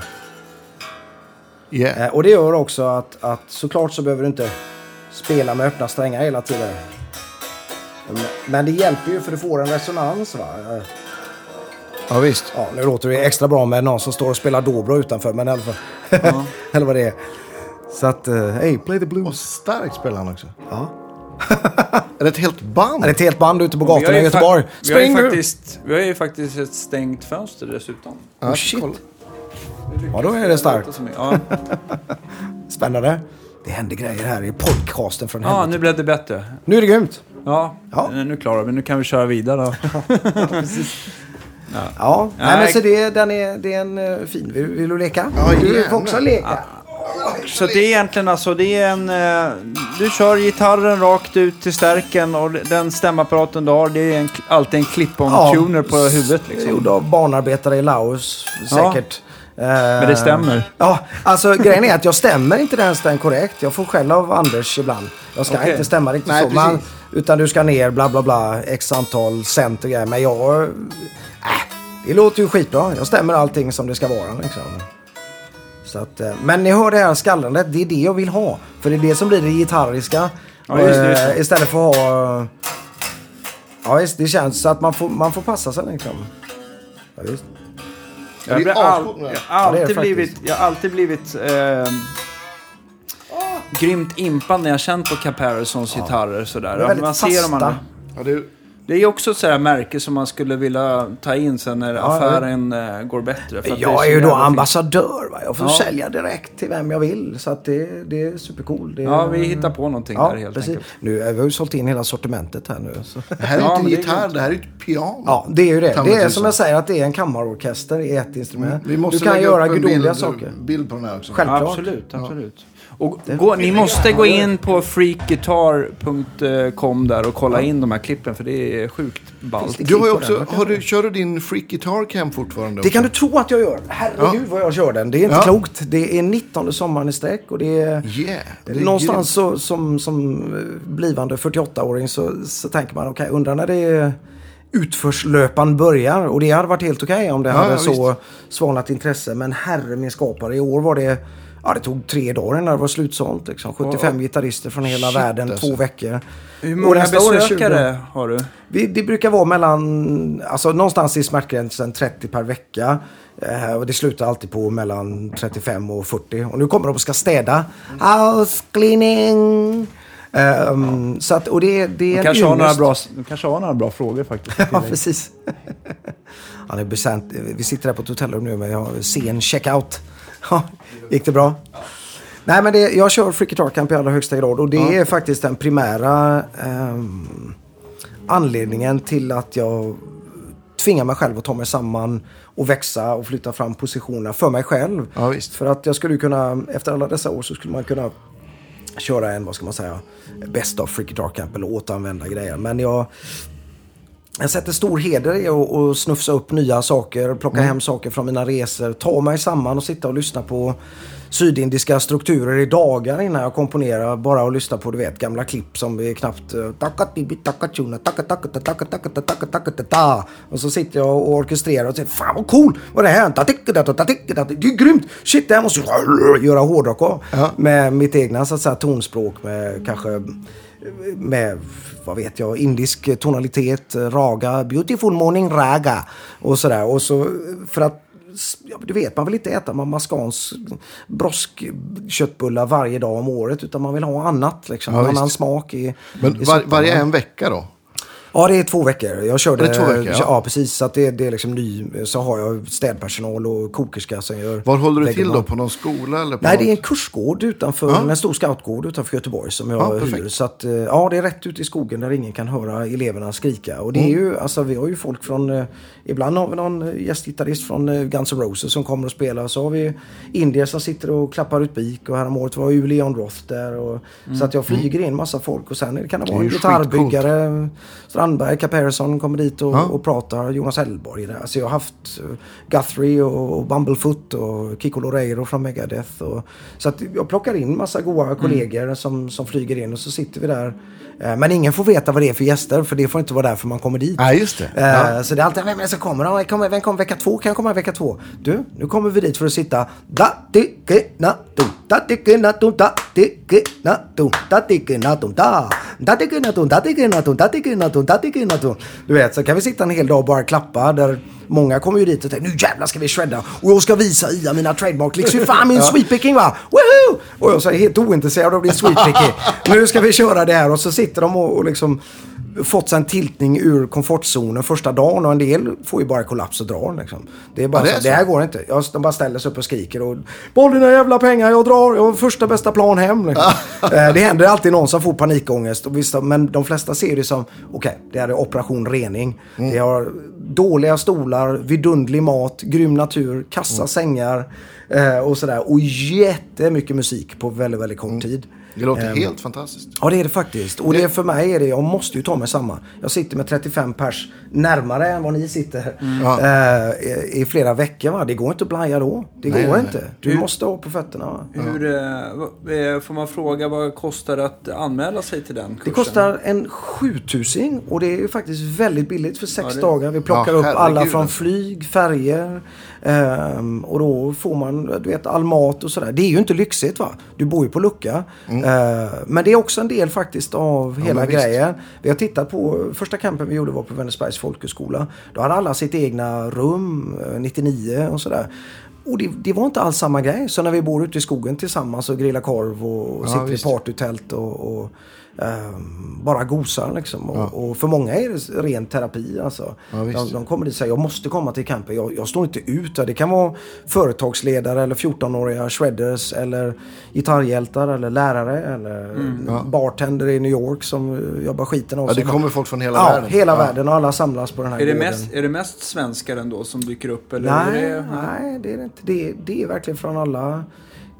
Yeah. Eh, och det gör också att, att såklart så behöver du inte spela med öppna strängar hela tiden. Men, men det hjälper ju för att du får en resonans. Va? Eh, Ja, visst. Ja, nu låter det extra bra med någon som står och spelar dobro utanför. Men i alla fall. Ja. Eller vad det är. Så att, uh, hey, play the Och blues. starkt spelar han också. Ja. Är det ett helt band? Det är ett helt band ute på Vi har gatorna i ju Göteborg. fa- vi har ju Spring nu! faktiskt, vi har ju faktiskt ett stängt fönster dessutom. Oh, shit. kolla. Ja, då är det starkt. Ja, Spännande. Det händer grejer här i podcasten från ja helvete. nu blev det bättre. Nu är det grymt. Ja, Ja. nu klarar vi. Nu kan vi köra vidare. Ja, nej, Nej. men så det, den är, det är en uh, fin. Vill, vill du leka? Ja, du gärna. får också leka. Så det är egentligen alltså, det är en... eh, Du kör gitarren rakt ut till stärken och den stämapparaten du har, det är en, alltid en clip-on-tuner på huvudet liksom. Gjord av barnarbetare i Laos, säkert. Men det stämmer. Ja, alltså grejen är att jag stämmer inte ens den korrekt. Jag får skäll av Anders ibland. Jag ska Okej. inte stämma riktigt Nej, så. Man, precis. utan du ska ner bla bla bla, x antal cent och grejer. Men jag... Äh, det låter ju skitbra. Jag stämmer allting som det ska vara liksom. Så att, eh, men ni hör det här skallrandet, det är det jag vill ha. För det är det som blir det gitarriska. Ja, just det, just det. Eh, istället för att ha... Ja visst, det känns så att man får, man får passa sig liksom. Ja, visst. Jag, Det blir är all, ascoolt med det. jag har Ja, det är alltid det blivit, faktiskt. jag har alltid blivit eh, grymt impad när jag känt på Caparisons gitarrer sådär. De är väldigt Man ser dem fasta. alla. Ja, det är, Det är ju också ett sådär märke som man skulle vilja ta in sen när Ja, affären eh, går bättre. För att det Jag så är ju då jävla fint. ambassadör. Va? Jag får Ja. sälja direkt till vem jag vill. Så att det, det är supercool. Det, Ja, vi hittar på någonting ja, där helt precis. enkelt. Nu, vi har ju sålt in hela sortimentet här nu. Så. det här är Ja, inte men en det är gitarr, grymt. det här är ett piano. Ja, det är ju det. Ta Det mig är tusan. som jag säger att det är en kammarorkester i ett instrument. Vi måste du kan lägga göra upp en gudomliga bild, saker. bild på den här också. Självklart. Absolut, absolut. Och gå, ni måste gå in på freak guitar punkt com där och kolla in de här klippen, för det är sjukt ballt. Du har ju också, har du, kör du din Freak Guitar Camp fortfarande? Det kan du tro att jag gör. Herregud ja. vad jag kör den. Det är inte ja. klokt. Det är nittonde sommaren i sträck och det är yeah, det är någonstans så, som, som blivande fyrtioåtta-åring så, så tänker man, okej, okay, undrar när det är utförslöpan börjar. Och det hade varit helt okej okay om det ja, hade ja, så visst. svalnat intresse. Men herre min skapare, i år var det... Ja, det tog tre dagar när det var slutsålt. Liksom. sjuttiofem oh, gitarrister från hela shit, världen, alltså. två veckor. Hur många besökare har du? Vi, det brukar vara mellan, alltså någonstans i smärtgränsen trettio per vecka. Eh, och det slutar alltid på mellan trettiofem och fyrtio. Och nu kommer de och ska städa. House cleaning. Um, så att, och det, det är de kanske, har några bra, de kanske har några bra frågor faktiskt. Ja, precis. Han är besänt. Vi sitter här på ett hotellrum nu med sen checkout. Ja, gick det bra? Ja. Nej, men det, jag kör Freak Guitar Camp i allra högsta grad. Och det ja. är faktiskt den primära eh, anledningen till att jag tvingar mig själv att ta mig samman och växa och flytta fram positionerna för mig själv. Ja, visst. För att jag skulle kunna, efter alla dessa år så skulle man kunna köra en, vad ska man säga, best of Freak Guitar Camp eller återanvända grejer. Men jag... Jag sätter stor heder i att och snufsa upp nya saker, plocka mm. hem saker från mina resor, ta mig samman och sitta och lyssna på sydindiska strukturer i dagar innan jag komponerar, bara och lyssna på, du vet, gamla klipp som är knappt och så sitter jag och orkestrerar och säger, fan vad cool, vad det här, det är grymt, shit, det här måste jag göra hårdrock av ja. med mitt egna så att säga tonspråk med kanske med, vad vet jag, indisk tonalitet, raga, beautiful morning raga och sådär. Och så för att, ja, du vet, man vill inte äta maskans broskköttbullar varje dag om året, utan man vill ha annat, liksom, ja, annan smak i. Men i var, varje en vecka då? Ja, det är två veckor. Jag körde, det är två veckor, ja. ja precis. Så att det, det är liksom ny. Så har jag städpersonal och kokerska som gör. Var håller du till då? På någon skola? Eller på Nej, något? det är en kursgård utanför, ja. en stor scoutgård utanför Göteborg som jag ja, hyr. Så att, ja, det är rätt ute i skogen där ingen kan höra eleverna skrika. Och det är mm. ju, alltså vi har ju folk från, ibland har vi någon gästgitarrist från Guns N' Roses som kommer och spelar. Så har vi indier som sitter och klappar ut bik. Och häromåret var ju Leon Roth där. Och, mm. Så att jag flyger in massa folk och sen kan det vara en gitarrbyggare, Strandberg, Caparison kommer dit och, ja. och pratar, Jonas Hellborg där. Alltså jag har haft uh, Guthrie och, och Bumblefoot och Kiko Loureiro från Megadeth. Och, så att jag plockar in massa goa kollegor mm. som, som flyger in och så sitter vi där. Uh, men ingen får veta vad det är för gäster, för det får inte vara därför man kommer dit. Ja, just det. Uh, ja. Så det är alltid, vem är det som kommer? Vem kommer, vem kommer vecka två? Kan jag komma vecka två? Du, nu kommer vi dit för att sitta da di ge na dum da di ge na dum da di ge na dum da di ge na dum da da di ge na dum da di ge na dum da di ge na dum da di ge na dum. Du vet, så kan vi sitta en hel dag och bara klappa där. Många kommer ju dit och tänker, nu jävlar ska vi shredda. Och jag ska visa Ia mina trademark. Liksom, fan min sweetpicking va? Woohoo! Och jag är helt ointresserad av din sweetpicking. Nu ska vi köra det här. Och så sitter de och, och liksom fått sig en tiltning ur komfortzonen första dagen. Och en del får ju bara kollaps och drar. Liksom. Det är bara ja, det, är så, det här går inte. Jag, de bara ställer sig upp och skriker. Och, boll dina jävla pengar, jag drar. Jag har första bästa plan hem. Liksom. Det händer alltid någon som får panikångest. Och visst, men de flesta ser det som, okej, okay, det här är operation rening. Mm. Det har dåliga stolar, vidundlig mat, grym natur, kassa mm. sängar eh, och sådär. Och jättemycket musik på väldigt, väldigt kort mm. tid. Det låter um, helt fantastiskt. Ja, det är det faktiskt. Och det, för mig är det, jag måste ju ta mig samma. Jag sitter med trettiofem pers närmare än vad ni sitter mm. uh, i, i flera veckor. Va? Det går inte att blaja då. Det nej, går nej, inte. Du hur, måste ha på fötterna. Va? Hur, uh, får man fråga vad kostar det att anmäla sig till den kursen? Det kostar en sjutusen och det är ju faktiskt väldigt billigt för sex ja, det, dagar. Vi plockar ja, upp alla från flyg, färger um, och då får man, du vet, all mat och sådär. Det är ju inte lyxigt va? Du bor ju på lucka. Mm. Uh, men det är också en del faktiskt av ja, hela grejen. Vi har tittat på, första campen vi gjorde var på Vänersbergs folkhögskola. Då hade alla sitt egna rum, nittionio och sådär. Och det, det var inte alls samma grej. Så när vi bor ute i skogen tillsammans och grillar korv och, och ja, sitter visst. i partytält och, och um, bara gosar liksom. Och, ja. och för många är det ren terapi alltså. Ja, de, de kommer dit och säger, jag måste komma till campen. Jag, jag står inte ut. Det kan vara företagsledare eller fjortonåriga shredders eller gitarrhjältar eller lärare eller mm, ja. bartender i New York som jobbar skiten av. Ja, det kommer folk från hela ja, världen. hela ja. världen och alla samlas på den här är det gården. Mest, är det mest svenskar ändå som dyker upp? Eller nej, är det, nej, det är det inte. Det, det är verkligen från alla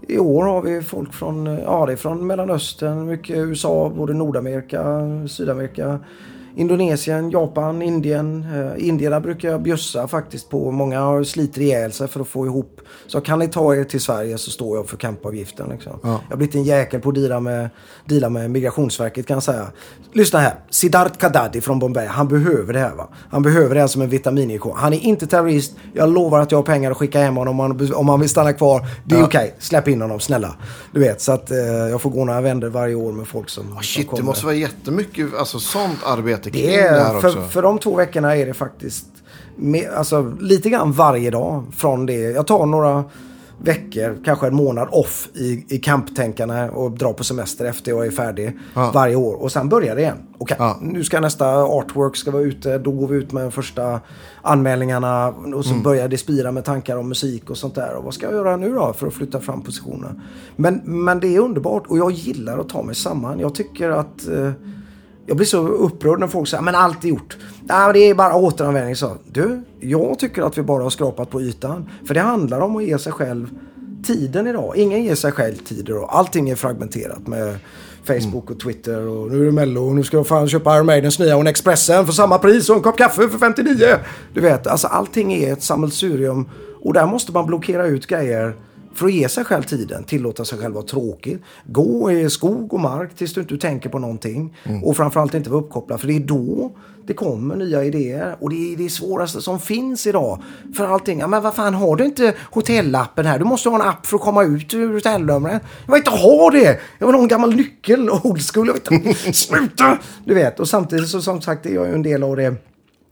I år har vi folk från, ja, det är från Mellanöstern, mycket U S A, både Nordamerika, Sydamerika, Indonesien, Japan, Indien. Eh, Indierna brukar jag bjussa faktiskt på. Många har sliter ihjäl sig för att få ihop. Så kan ni ta er till Sverige så står jag för campavgiften. Liksom. Ja. Jag har blivit en jäkel på att deala med, deala med Migrationsverket kan jag säga. Lyssna här. Siddharth Kadadi från Bombay. Han behöver det här va. Han behöver det här som en vitaminikon. Han är inte terrorist. Jag lovar att jag har pengar att skicka hem honom om han, om han vill stanna kvar. Det är ja. okej. Okay. Släpp in honom, snälla. Du vet, så att eh, jag får gå några vändor varje år med folk som... Oh, shit, som det måste vara jättemycket alltså, sånt arbete. Det är, för, för de två veckorna är det faktiskt med, alltså, lite grann varje dag från det. Jag tar några veckor, kanske en månad off i, i camptänkarna och drar på semester efter jag är färdig ja. varje år. Och sen börjar det igen. Okej, okay, ja. nu ska nästa artwork ska vara ute. Då går vi ut med första anmälningarna och så mm. börjar det spira med tankar om musik och sånt där. Och vad ska jag göra nu då för att flytta fram positionen? Men, men det är underbart och jag gillar att ta mig samman. Jag tycker att... Eh, Jag blir så upprörd när folk säger men allt är gjort. Nej, det är bara återanvändning. Så. Du, jag tycker att vi bara har skrapat på ytan. För det handlar om att ge sig själv tiden idag. Ingen ger sig själv tid idag. Allting är fragmenterat med Facebook och Twitter. Och nu är det Mello och nu ska jag fan köpa Iron Maidens nya och en Expressen för samma pris och en kopp kaffe för femtionio. Du vet, alltså allting är ett sammelsurium. Och där måste man blockera ut grejer. För att ge sig själv tiden, tillåta sig själv vara tråkig. Gå i skog och mark tills du inte tänker på någonting. Mm. Och framförallt inte vara uppkopplad. För det är då det kommer nya idéer. Och det är det svåraste som finns idag. För allting. Ja, men vad fan, har du inte hotellappen här? Du måste ha en app för att komma ut ur hotellnumret. Jag vill inte ha det! Jag vill ha en gammal nyckel. Old school. Jag vill inte... Sluta! Du vet. Och samtidigt så som sagt är jag ju en del av det.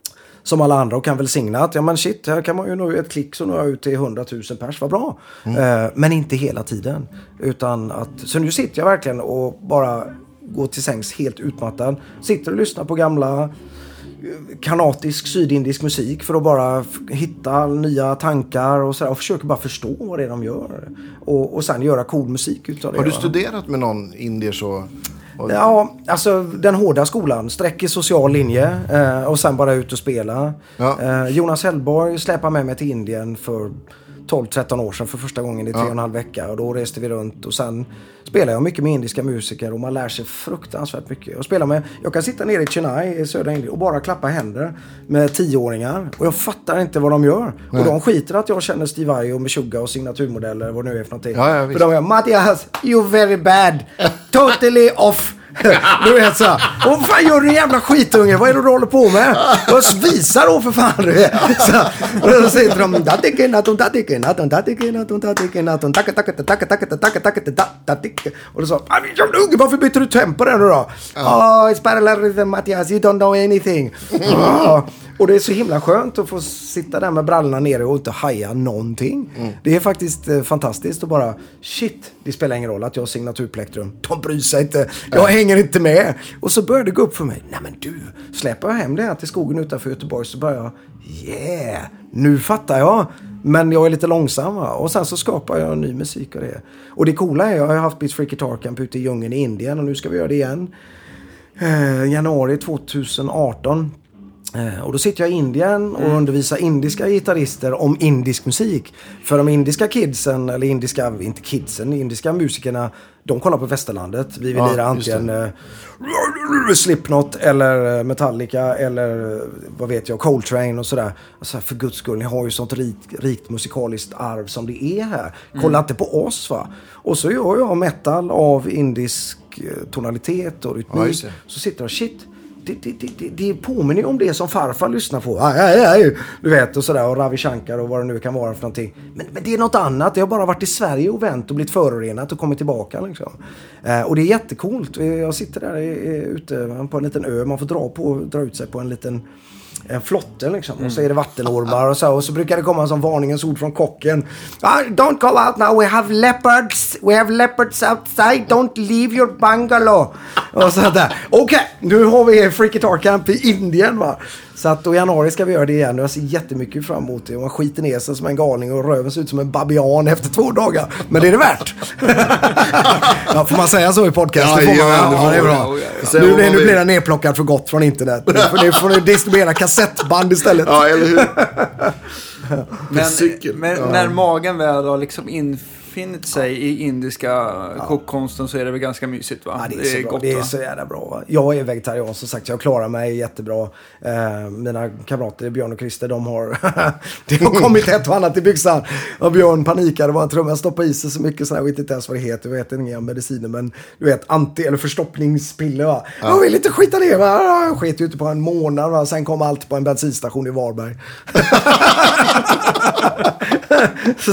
Som alla andra och kan välsigna att ja men shit, här kan man ju nå ett klick så når jag ut till hundratusen pers, vad bra. Mm. Uh, men inte hela tiden. Utan att, så nu sitter jag verkligen och bara går till sängs helt utmattad. Sitter och lyssnar på gamla kanatisk, sydindisk musik för att bara hitta nya tankar och sådär. Och försöker bara förstå vad det är de gör. Och, och sen göra cool musik utav det. Har du studerat med någon indier så... Ja, alltså den hårda skolan. Sträck i social linje eh, och sen bara ut och spela. Ja. Eh, Jonas Hellborg släpade med mig till Indien för tolv tretton år sedan för första gången i tre ja. och en halv vecka. Och då reste vi runt och sen spelar jag mycket med indiska musiker och man lär sig fruktansvärt mycket. Jag spelar med, jag kan sitta nere i Chennai i södra Indien och bara klappa händer med tioåringar. Och jag fattar inte vad de gör. Nej. Och de skiter att jag känner Steve Vai och Meshuggah och signaturmodeller, vad nu är för någonting. Ja, ja, för de är, Mattias, you're very bad. Totally off. Du vet så. Och vad fan gör du jävla skitunge? Vad är det du håller på med? Och visa då för fan. Du vet. Så, och då säger de och då sa varför byter du tempo där nu då? Oh, it's parallel rhythm, Mattias. You don't know anything. Oh. Och det är så himla skönt att få sitta där med brallorna nere och inte haja någonting. Mm. Det är faktiskt eh, fantastiskt att bara, shit, det spelar ingen roll att jag har signaturplektrum. De bryr sig inte. Jag hänger inte med. Och så började det gå upp för mig. Nej men du, släpper jag hem det här till skogen utanför Göteborg så börjar jag, yeah, nu fattar jag. Men jag är lite långsam va? Och sen så skapar jag ny musik och det. Och det coola är, jag har haft Beats Free Guitar Camp ute i djungeln i Indien och nu ska vi göra det igen. Eh, januari tjugoarton. Eh, och då sitter jag i Indien och mm. undervisar indiska gitarrister om indisk musik. För de indiska kidsen, eller indiska, inte kidsen, indiska musikerna, de kollar på västerlandet. Vi vill ja, lira antingen eh, Slipknot eller Metallica eller vad vet jag, Coltrane och sådär. Alltså, för guds skull, ni har ju sånt rikt, rikt musikaliskt arv som det är här. Kolla mm. inte på oss va. Och så gör jag metal av indisk tonalitet och rytmik. Ja, så sitter jag och shit. Det, det, det, det påminner om det som farfar lyssnar på. Aj, aj, aj. Du vet, och sådär. Och Ravi Shankar och vad det nu kan vara för någonting. Men, men det är något annat. Jag har bara varit i Sverige och vänt och blivit förorenat och kommit tillbaka. Liksom. Eh, och det är jättecoolt. Jag sitter där ute på en liten ö. Man får dra, på, dra ut sig på en liten en flotte liksom. Mm. Och så är det vattenormar och så. Och så brukar det komma en sån varningens ord från kocken. Ah, don't go out now, we have leopards. We have leopards outside. Don't leave your bungalow. Och så där. Okej, okay, nu har vi Free Guitar Camp i Indien va. Så att då i januari ska vi göra det igen. Och jag ser jättemycket fram emot det. Och man skiter ner sig som en galning och röven ser ut som en babian efter två dagar. Men det är det värt. Ja, får man säga så i podcast? Ja, det får man, ja, ja, det är bra. Ja, nu, nu blir den nedplockad för gott från internet. Nu får, nu får du distribuera kassettband istället. Ja, eller hur? Men, men ja. När magen väl har liksom infinner befinner sig i indiska ja. kokkonsten så är det väl ganska mysigt, va? Ja, det är, det är så gott, det är va? så jävla bra, va? Jag är vegetarian, som sagt. Jag klarar mig jättebra. Eh, mina kamrater Björn och Christer, de har det har kommit ett och annat i byxan. Och Björn panikade, var en trumma, stoppade i sig så mycket så jag vet inte ens vad det heter. Jag vet inga mediciner, men du vet, anti- eller förstoppningspiller, va? Ja. Jag vill inte skita ner, va? Jag sket ute på en månad, va? Sen kom allt på en bensinstation i Varberg. så,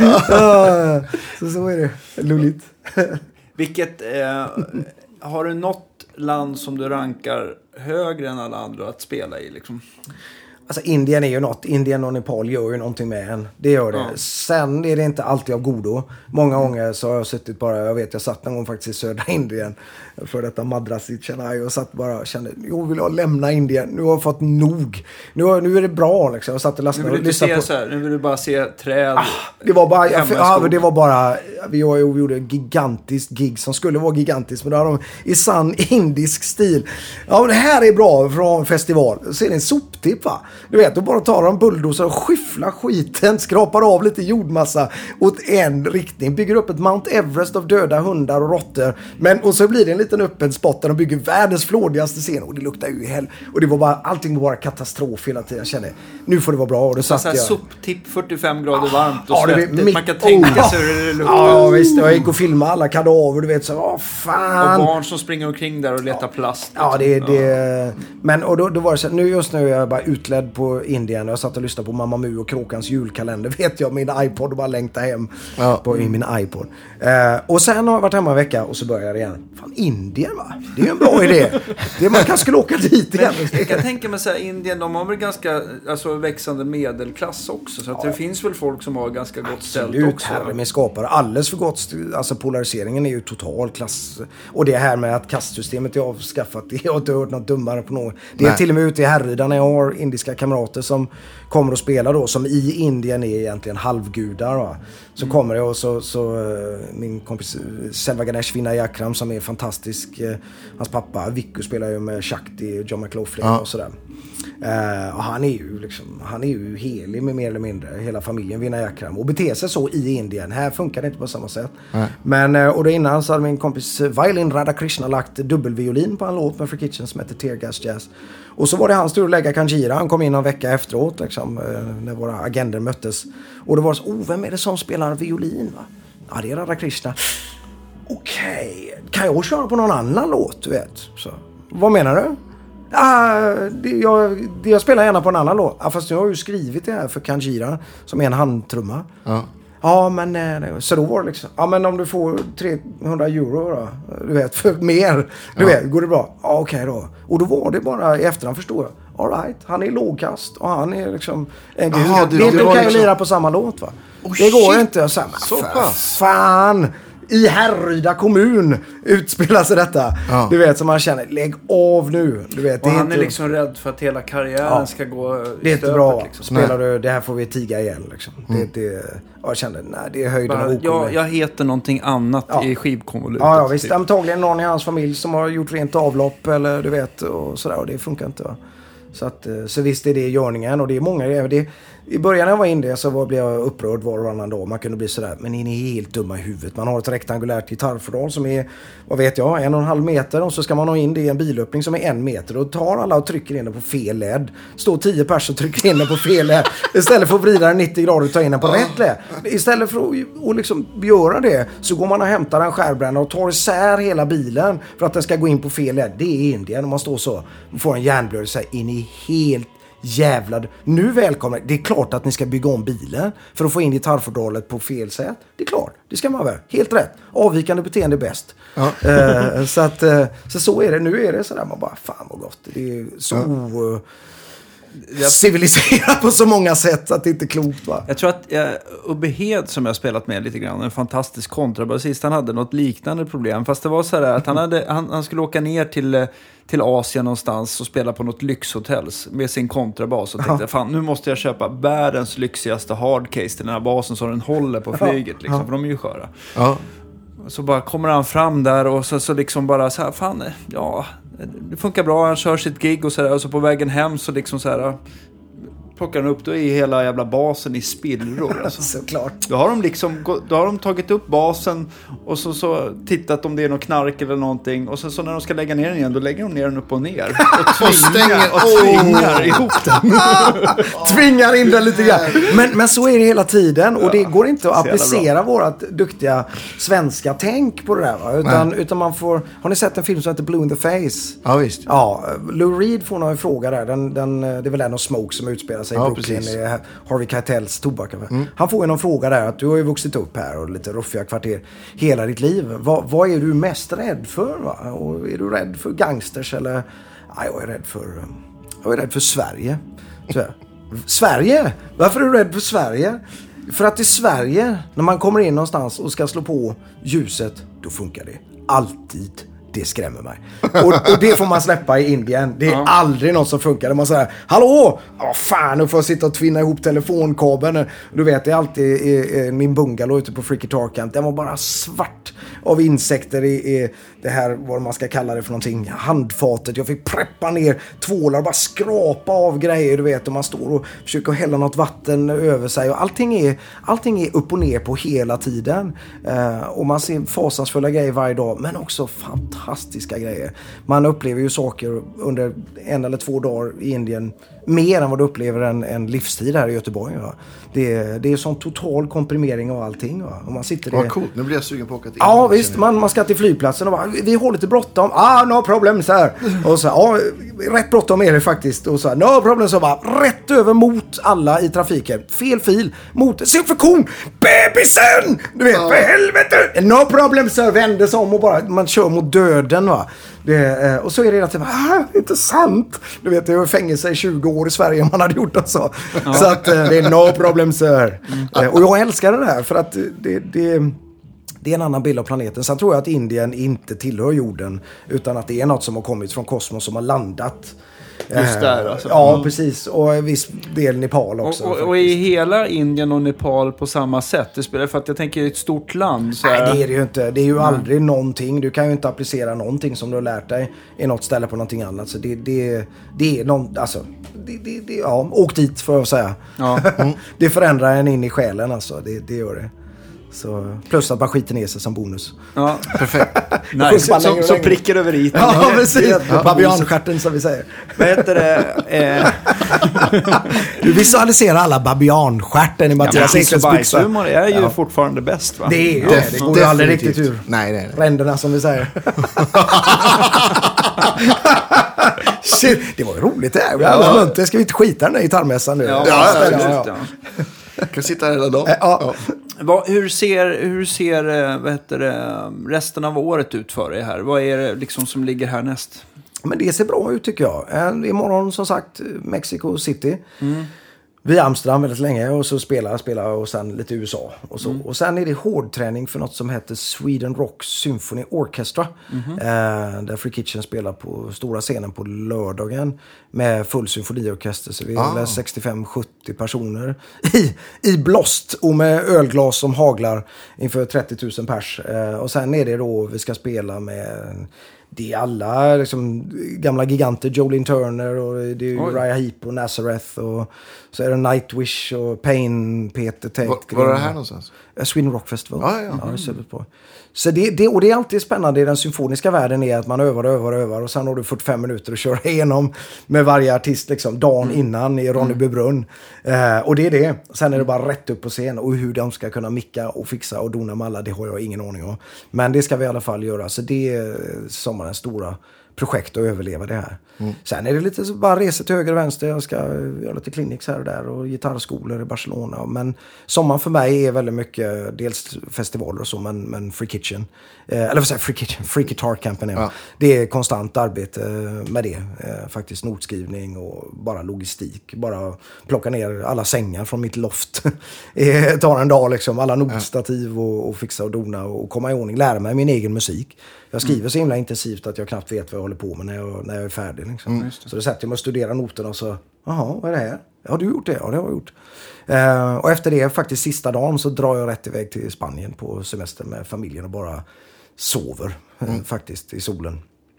ja. så så är det. Lulligt. Vilket, eh, har du något land som du rankar högre än alla andra att spela i, liksom? Alltså Indien är ju något. Indien och Nepal gör ju någonting med en. Det gör det. Ja. Sen är det inte alltid av godo. Många mm. gånger så har jag suttit bara, jag vet jag satt någon gång faktiskt i södra Indien. För detta Madras i Chennai och satt bara och kände, jag vill jag lämna Indien. Nu har jag fått nog. Nu, har, nu är det bra liksom. Jag satt och nu vill du se på... så här, nu vill du bara se träd. Ah, det var bara, jag, ja, det var bara, vi gjorde ett gigantiskt gig som skulle vara gigantiskt. Men då hade de i sann indisk stil. Ja, men det här är bra från en festival. Så är det en soptipp, va? Du vet, då bara tar de bulldozer och skyfflar skiten, skrapar av lite jordmassa åt en riktning, bygger upp ett Mount Everest av döda hundar och råttor, men och så blir det en liten öppen spot där de bygger världens flådigaste scen och det luktar ju hell och det var bara, allting var bara katastrof hela tiden. Jag kände, nu får det vara bra och det satt jag. Soptipp fyrtiofem grader varmt och ja, svettigt. Man kan tänka oh, sig hur det luktar. Ja, visst. Jag gick och filmade alla kadaver, du vet så, åh fan. Och barn som springer omkring där och letar ja. plast. Liksom. Ja, det det ja. Men och då, då var det så nu just nu är jag bara utledd på Indien. Jag satt och lyssnade på Mamma Mu och Kråkans julkalender, vet jag, min iPod och bara längta hem ja. på i min iPod. Uh, och sen har jag varit hemma en vecka och så börjar jag igen. Fan, Indien, va? Det är ju en bra idé. Det, man kanske skulle åka dit igen. Men, jag kan tänka mig så här, Indien, de har väl ganska alltså, växande medelklass också. Så att ja. det finns väl folk som har ganska gott ställt också. Herre med skapare. Alldeles för gott. Alltså polariseringen är ju total klass. Och det här med att kastsystemet är avskaffat, det har jag inte hört något dummare på något. Det är Nej. till och med ute i Härryda när jag har indiska kamrater som kommer att spela då, som i Indien är egentligen halvgudar, va? Så mm. kommer jag och så, så uh, min kompis Selva Ganesh Vinayakram som är fantastisk, uh, hans pappa Viku spelar ju med Shakti, John McLaughlin ja. och sådär. Uh, och han är ju liksom, han är ju helig med mer eller mindre hela familjen Vinayakram och beter sig så i Indien. Här funkar det inte på samma sätt. Mm. Men uh, och då innan så hade min kompis Violin Radhakrishna lagt dubbelviolin på en låt med Free Kitchen som heter Tear Gas Jazz. Och så var det hans tur att lägga Kanjira. Han kom in en vecka efteråt liksom, när våra agender möttes. Och det var så, oh, vem är det som spelar violin, va? Ja, det är Radhakrishna. Okej, okay. Kan jag köra på någon annan låt, du vet? Så, vad menar du? Ah, det, jag, det, jag spelar gärna på en annan låt. Ah, fast jag har ju skrivit det här för Kanjira som är en handtrumma. Ja. Ja, men nej, så då var det liksom. Ja, men om du får trehundra euro då, du vet, för mer, du ja. vet, går det bra? Ja, okej okay då. Och då var det bara i efterhand, förstår jag. All right, han är lågkast och han är liksom en gud. Det, det, det, det kan liksom... ju lira på samma låt, va? Oh, det går inte så här, så pass. Fan. I Härryda kommun utspelar sig detta. Ja. Du vet, som man känner, lägg av nu. Du vet, och det är han inte... är liksom rädd för att hela karriären ja. ska gå det är inte bra. Liksom. Spelar du, det här får vi tiga igen. Liksom. Mm. Det, det, jag kände, nej, det är höjden av okunnig. Ja, jag heter någonting annat ja. i skivkonvolutet. Ja, ja visst. Typ. Antagligen någon i hans familj som har gjort rent avlopp eller du vet, och sådär. Och det funkar inte, va? Så, att, så visst är det görningen och det är många. Det, i början när jag var inne så var, blev jag upprörd var och varannan dag. Man kunde bli sådär, men ni är helt dumma i huvudet. Man har ett rektangulärt gitarrfodral som är, vad vet jag, en och en halv meter. Och så ska man ha in det i en bilöppning som är en meter. Och tar alla och trycker in den på fel led. Står tio pers och trycker in den på fel led. Istället för att vrida den nittio grader och ta in den på rätt led. Istället för att och liksom göra det så går man och hämtar en skärbrännare och tar isär hela bilen för att den ska gå in på fel led. Det är Indien. Om man står så och får en hjärnblöd så in i helt jävlad. Nu välkomna. Det är klart att ni ska bygga om bilen för att få in gitarrfodralet på fel sätt. Det är klart. Det ska man väl. Helt rätt. Avvikande beteende är bäst. Ja. uh, så att uh, så, så är det. Nu är det sådär. Man bara, fan vad gott. Det är så uh, civiliserat på så många sätt att det inte är klokt, va? Jag tror att uh, Ubbe Hed som jag spelat med lite grann, en fantastisk kontrabasist, han hade något liknande problem. Fast det var så där att han, hade, han, han skulle åka ner till uh, till Asien någonstans och spela på något lyxhotell med sin kontrabas och tänkte, ja. fan, nu måste jag köpa världens lyxigaste hardcase till den här basen så den håller på flyget, liksom, ja. för de är ju sköra. Ja. Så bara kommer han fram där och så, så liksom bara så här, fan, ja, det funkar bra, han kör sitt gig och så där, och så på vägen hem så liksom så här plockar den upp, då är hela jävla basen i spillror. Alltså. Såklart. Då har de liksom, då har de tagit upp basen och så, så tittat om det är något knark eller någonting. Och så, så när de ska lägga ner den igen, då lägger de ner den upp och ner. Och tvingar, och tvingar oh. ihop den. Tvingar in den lite grann. Men, men så är det hela tiden. Och det går inte att applicera vårat duktiga svenska tänk på det där. Va? Utan, utan man får... Har ni sett en film som heter Blue in the Face? Ja, visst. Ja, Lou Reed får nog en fråga där. Den, den, det är väl en av Smoke som utspelar sig i ja, Brooklyn. Precis. Harvey Keitels tobak. Mm. Han får ju någon fråga där. Att du har ju vuxit upp här och lite ruffiga kvarter hela ditt liv. Va, vad är du mest rädd för? Va? Och är du rädd för gangsters eller... Ja, jag är rädd för... Jag är rädd för Sverige. Så, Sverige? Varför är du rädd för Sverige? För att i Sverige, när man kommer in någonstans och ska slå på ljuset, då funkar det. Alltid. Det skrämmer mig. Och, och det får man släppa i Indien. Det är ja. aldrig något som funkar. Där man säger, hallå! Åh fan, nu får jag sitta och tvinna ihop telefonkabeln. Du vet, det är alltid i, i, min bungalow ute på Freaky Tar Camp. Den var bara svart av insekter i, i det här, vad man ska kalla det för någonting, handfatet. Jag fick preppa ner tvålar och bara skrapa av grejer, du vet. Och man står och försöker hälla något vatten över sig. Och allting är, allting är upp och ner på hela tiden. Uh, och man ser fasansfulla grejer varje dag. Men också fantastiska grejer. Man upplever ju saker under en eller två dagar i Indien mer än vad du upplever en, en livstid här i Göteborg. Va? Det, det är sån total komprimering av allting. Va? Och man sitter Vad det... coolt, nu blir jag sugen på att åka till Ja visst, man, man ska till flygplatsen och bara, vi har lite bråttom. Ah, no problem, så här. Och så ja, rätt bråttom är det faktiskt. Och så här, no problem, så bara, rätt över mot alla i trafiken. Fel fil, mot, se upp för kon, bebisen! Du vet, ja. För helvete! No problem, så vänder sig om och bara, man kör mot döden, va. Det, och så är det hela tiden, ah, inte sant. Du vet, det var fängelse i tjugo år i Sverige om man hade gjort det så. Ja. Så att det är no problem, sir. Mm. Och jag älskar det här för att det, det, det är en annan bild av planeten. Sen tror jag att Indien inte tillhör jorden utan att det är något som har kommit från kosmos som har landat. Just där alltså. Ja, mm. precis. Och en viss del Nepal också. Och, och, och i hela Indien och Nepal på samma sätt? Det spelar för att jag tänker ett stort land. Så Nej, här... det är det ju inte. Det är ju mm. aldrig någonting. Du kan ju inte applicera någonting som du har lärt dig i något ställe på någonting annat. Så det, det, det är någon, alltså, det, det, det, ja, åk dit för att säga. Ja. Mm. Det förändrar en in i själen alltså. Det, det gör det. Så, plus att man skiter ner sig som bonus. Ja, perfekt. Nice. Som, som prickar över i. Ja, precis. Ja, babianstjärten som vi säger. Vad heter det? Eh... Du visualiserar alla babianstjärten i Mattias Eklunds byxor. Bajshumor är ju ja. fortfarande bäst, va? Det är ju det. Det går ju aldrig riktigt ur. Nej, nej, nej. Ränderna som vi säger. Shit, det var ju roligt det här. Ja. Det ska vi inte skita den där gitarrmässan nu. Ja, ja, ja, ja, ja. Jag kan sitta här hela dagen. Ja. Ja. Vad, hur ser, hur ser vad heter det, resten av året ut för er här? Vad är det liksom som ligger härnäst? Men det ser bra ut tycker jag. Imorgon som sagt Mexico City. Mm. Vi är Amsterdam väldigt länge och så spelar, spelar och sen lite U S A. Och, så. Mm. Och sen är det hårdträning för något som heter Sweden Rock Symphony Orchestra. Mm. Eh, där Free Kitchen spelar på stora scenen på lördagen med full symfoniorkester. Så vi ah. är sextiofem sjuttio personer i, i blåst och med ölglas som haglar inför trettio tusen pers. Eh, och sen är det då vi ska spela med... Det är alla liksom, gamla giganter, Jolene Turner och det är Uriah Heep och Nazareth och så är det Nightwish och Pain, Peter Tate. Var är det här någonstans? Sweden Rock Festival. Ah, ja. Ja, det är på. Så det, det, och det är alltid spännande i den symfoniska världen är att man övar, övar, övar och sen har du fyrtiofem minuter att köra igenom med varje artist liksom dagen mm. innan i Ronnebybrunn. Eh, och det är det. Sen är det bara rätt upp på scen och hur de ska kunna micka och fixa och dona med alla, det har jag ingen aning om. Men det ska vi i alla fall göra. Så det är sommarens stora projekt att överleva det här. Mm. Sen är det lite så bara resor till höger och vänster. Jag ska göra lite clinics här och där och gitarrskolor i Barcelona. Men sommaren för mig är väldigt mycket dels festivaler och så, men, men Free Kitchen. Eh, eller vad säger Free Kitchen? Free Guitar Campen är ja. Det är konstant arbete med det. Eh, faktiskt notskrivning och bara logistik. Bara plocka ner alla sängar från mitt loft. eh, tar en dag liksom. Alla notstativ och, och fixa och dona och komma i ordning. Lära mig min egen musik. Jag skriver så himla intensivt att jag knappt vet vad jag håller på med när jag, när jag är färdig. Liksom. Mm. Så det sätter jag mig att studera noterna och så, jaha, vad är det här? Har du gjort det? Ja, det har jag gjort. Uh, och efter det, faktiskt sista dagen, så drar jag rätt iväg till Spanien på semester med familjen och bara sover, mm. uh, faktiskt, i solen.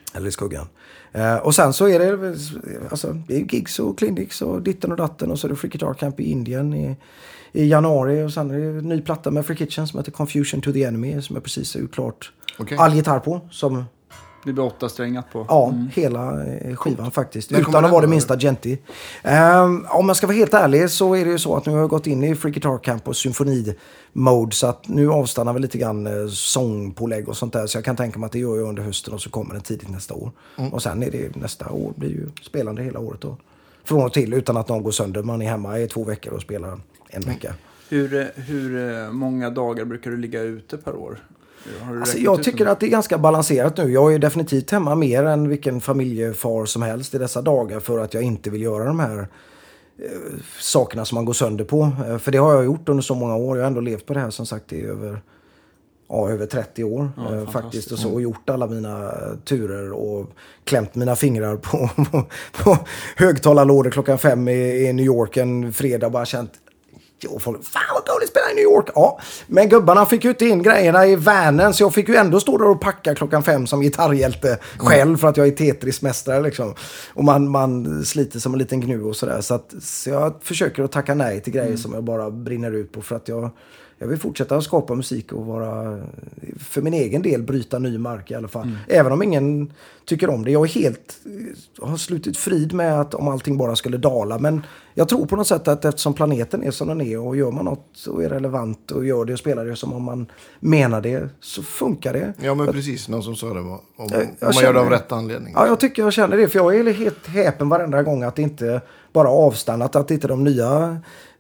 Eller i skuggan. Eh, och sen så är det, alltså, det är gigs och clinics och ditten och datten. Och så är det Free Guitar Camp i Indien i, i januari. Och sen är det en ny platta med Free Kitchen som heter Confusion to the Enemy. Som jag precis har gjort klart okay. all gitarr på. Som, det blir åtta strängat på. Ja, mm. hela skivan faktiskt. Utan att vara det minsta genty. Um, om jag ska vara helt ärlig så är det ju så att nu har jag gått in i Free Guitar Camp och symfoni-mode. Så att nu avstannar vi lite grann eh, sångpålägg och sånt där. Så jag kan tänka mig att det gör jag under hösten och så kommer den tidigt nästa år. Mm. Och sen är det nästa år blir ju spelande hela året då. Från och till utan att någon går sönder. Man är hemma i två veckor och spelar en vecka. Mm. Hur, hur många dagar brukar du ligga ute per år? Alltså, jag tycker att det är ganska balanserat nu. Jag är definitivt hemma mer än vilken familjefar som helst i dessa dagar för att jag inte vill göra de här eh, sakerna som man går sönder på. Eh, för det har jag gjort under så många år. Jag har ändå levt på det här som sagt i över, ja, över trettio år ja, eh, faktiskt. Och, så, och gjort alla mina turer och klämt mina fingrar på, på, på högtalarlådor klockan fem i, i New York en fredag och bara känt och folk, fan vad kul att spela i New York. Ja, men gubbarna fick ju inte in grejerna i vanen så jag fick ju ändå stå där och packa klockan fem som gitarrhjälte själv för att jag är Tetris-mästare liksom. Och man, man sliter som en liten gnu och sådär. Så, att, så jag försöker att tacka nej till grejer mm. som jag bara brinner ut på för att jag, jag vill fortsätta att skapa musik och vara, för min egen del, bryta ny mark i alla fall. Mm. Även om ingen tycker om det. Jag är helt, har slutit frid med att om allting bara skulle dala. Men jag tror på något sätt att eftersom planeten är som den är och gör man något och är relevant och gör det och spelar det som om man menar det så funkar det. Ja men jag, precis, någon som sa det var, om, jag, om jag man känner, gör det av rätt anledning. Ja jag tycker jag känner det för jag är helt häpen varenda gång att det inte bara avstannat, att det inte de nya.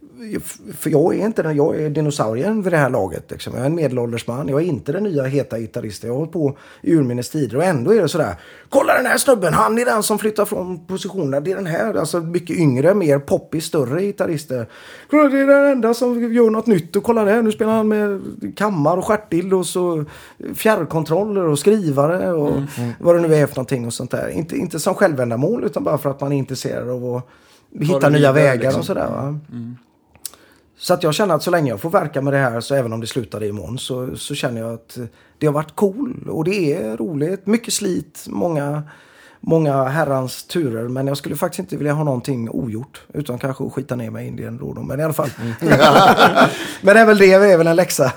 För jag är inte den, jag är dinosaurien vid det här laget. Liksom. Jag är en medelålders man. Jag är inte den nya heta gitarristen. Jag har hållit på i urminnes tider. Och ändå är det sådär. Kolla den här snubben. Han är den som flyttar från positionerna. Det är den här. Alltså mycket yngre, mer poppig, större gitarrister. Kolla, det är den enda som gör något nytt. Och kolla det. Nu spelar han med kammar och stjärtild och så fjärrkontroller och skrivare. Och mm, mm. vad det nu är för någonting och sånt där. Inte, inte som självändamål utan bara för att man är intresserad av att hitta nya vägar liksom. Och sådär va. Mm. Så att jag känner att så länge jag får verka med det här så även om det slutade imorgon så, så känner jag att det har varit cool och det är roligt. Mycket slit, många, många herrans turer men jag skulle faktiskt inte vilja ha någonting ogjort utan kanske att skita ner mig i Indien då. Men i alla fall. Mm. Men det är väl det, det är väl en läxa.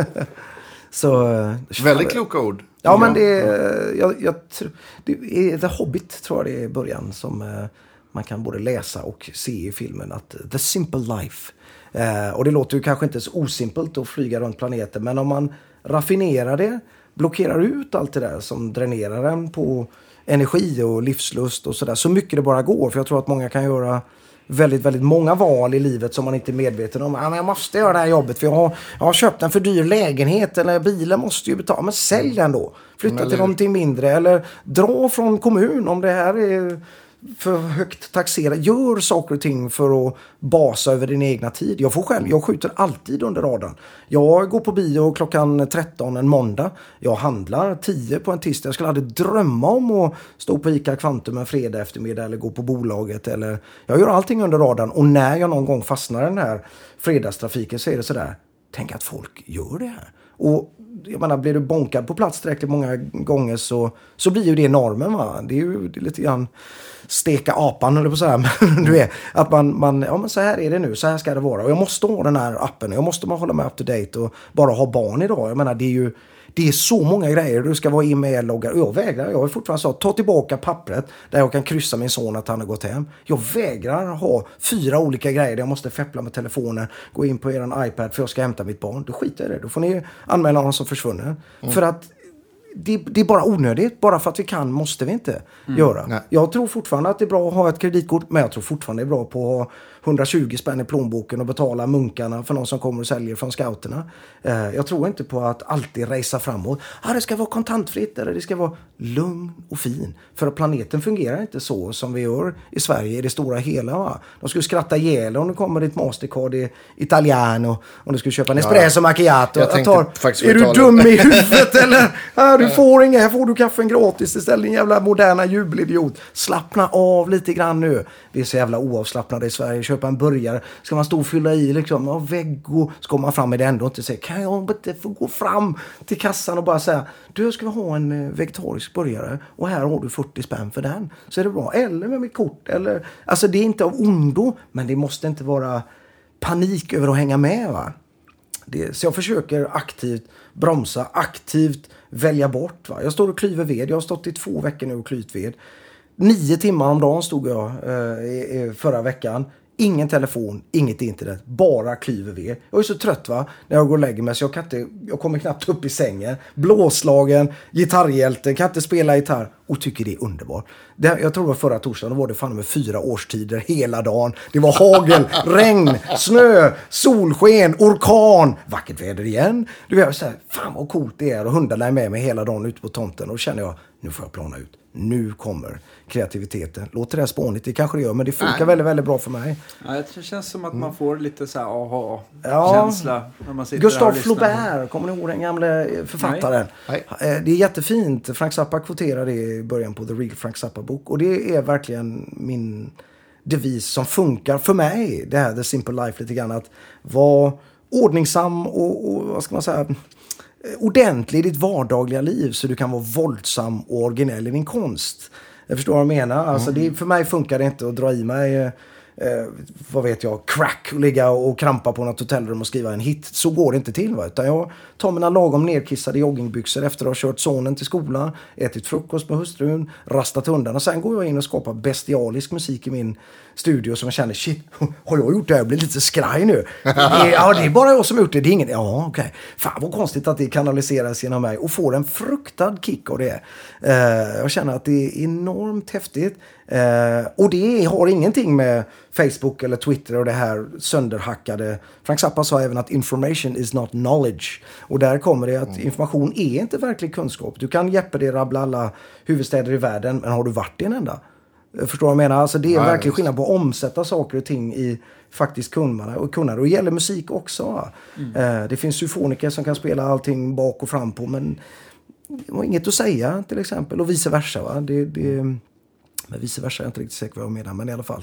Så, väldigt kloka ord. Ja men det är, jag, jag, det är The Hobbit tror jag det är i början som man kan både läsa och se i filmen att The Simple Life. Eh, och det låter ju kanske inte så osimpelt att flyga runt planeten. Men om man raffinerar det, blockerar ut allt det där som dränerar den på energi och livslust och sådär. Så mycket det bara går. För jag tror att många kan göra väldigt, väldigt många val i livet som man inte är medveten om. Ah, men jag måste göra det här jobbet för jag har, jag har köpt en för dyr lägenhet eller bilen måste ju betala. Men sälj den då. Flytta eller... till någonting mindre eller dra från kommun om det här är... för högt taxera. Gör saker och ting för att basa över din egna tid. Jag får själv, jag skjuter alltid under radarn. Jag går på bio klockan tretton en måndag. Jag handlar tio på en tisdag. Jag skulle aldrig drömma om att stå på ICA Kvantum en fredag eftermiddag eller gå på bolaget. Eller, jag gör allting under radarn och när jag någon gång fastnar i den här fredagstrafiken så är det sådär. Tänk att folk gör det här. Och jag menar, blir du bonkad på plats tillräckligt många gånger så, så blir ju det normen va. Det är ju det är lite grann steka apan eller på så här. Men du är att man, man, ja men så här är det nu, så här ska det vara. Och jag måste ha den här appen, jag måste man hålla mig up to date och bara ha barn idag. Jag menar, det är ju det är så många grejer. Du ska vara e-mail-loggar. Och jag vägrar. Jag är fortfarande så. Ta tillbaka pappret där jag kan kryssa min son att han har gått hem. Jag vägrar ha fyra olika grejer där jag måste feppla med telefonen. Gå in på er iPad för jag ska hämta mitt barn. Då skiter jag i det. Då får ni anmäla honom som försvunnen. Mm. För att det, det är bara onödigt. Bara för att vi kan måste vi inte mm. göra. Nej. Jag tror fortfarande att det är bra att ha ett kreditkort. Men jag tror fortfarande det är bra på att ha hundratjugo spänn i plånboken och betala munkarna för någon som kommer och säljer från scouterna. Eh, jag tror inte på att alltid resa framåt. Ah, det ska vara kontantfritt eller det ska vara lugn och fin. För att planeten fungerar inte så som vi gör i Sverige i det stora hela. Va? De skulle skratta ihjäl om det kommer ett Mastercard i Italiano om du skulle köpa en espresso macchiato. Jag jag tar, är du dum i huvudet eller? Ah, du får inga, här får du kaffen gratis istället, din jävla moderna jubelidiot. Slappna av lite grann nu. Vi är så jävla oavslappnade i Sverige. köpa en burgare. Ska man stå och fylla i liksom, ja, veggo. Så kommer man fram med det ändå inte säga, kan jag inte få gå fram till kassan och bara säga, du ska ha en vegetarisk burgare och här har du fyrtio spänn för den. Så är det bra. Eller med mitt kort. Eller, alltså det är inte av ondo, men det måste inte vara panik över att hänga med, va. Det, så jag försöker aktivt bromsa, aktivt välja bort. Va? Jag står och klyver ved. Jag har stått i två veckor nu och klyvt ved. Nio timmar om dagen stod jag eh, i, förra veckan. Ingen telefon, inget internet. Bara klyver ved. Jag är så trött, va, när jag går och lägger mig så jag kan inte, jag kommer knappt upp i sängen. Blåslagen, gitarrhjälte, kan inte spela gitarr. Och tycker det är underbart. Det, jag tror det var förra torsdagen, då var det fan med fyra årstider hela dagen. Det var hagel, regn, snö, solsken, orkan. Vackert väder igen. Du vet, så här, fan vad coolt det är. Och hundarna är med mig hela dagen ute på tomten. Och känner jag, nu får jag plana ut. Nu kommer kreativiteten. Låter det här spånigt? Det kanske det gör, men det funkar Nej. väldigt, väldigt bra för mig. Ja, det känns som att man får lite så här aha-känsla. Ja. När man sitter Gustave Flaubert, kommer ni ihåg den gamla författaren? Nej. Det är jättefint. Frank Zappa kvoterar det i början på The Real Frank Zappa-bok. Och det är verkligen min devis som funkar för mig. Det här The Simple Life lite grann. Att vara ordningsam och, och vad ska man säga, ordentlig i ditt vardagliga liv så du kan vara våldsam och originell i din konst. Jag förstår vad jag menar. Alltså det, för mig funkar det inte att dra i mig eh, vad vet jag, crack och ligga och krampa på något hotellrum och skriva en hit. Så går det inte till, va? Utan jag tar mina lagom nerkissade joggingbyxor efter att ha kört sonen till skolan, ätit frukost med hustrun, rastat hundarna. Sen går jag in och skapar bestialisk musik i min studio som jag känner, shit, har jag gjort det här? Jag blir lite skraj nu. Ja, det är bara jag som har gjort det. Det är ingen, ja, okej. Okay. Fan vad konstigt att det kanaliseras genom mig och får en fruktad kick av det. Uh, jag känner att det är enormt häftigt. Uh, och det har ingenting med Facebook eller Twitter och det här sönderhackade. Frank Zappa sa även att information is not knowledge. Och där kommer det att mm. information är inte verklig kunskap. Du kan hjälpa dig rabbla alla huvudstäder i världen, men har du varit i en enda? Förstår vad jag menar? Alltså det är Nej, verkligen skillnad på att omsätta saker och ting i faktiskt kunnande. Och kunnande. Och det gäller musik också. Mm. Uh, det finns symfoniker som kan spela allting bak och fram på, men det var inget att säga till exempel. Och vice versa, va? Det... det Men vice versa, jag är inte riktigt säker vad jag menar, men i alla fall.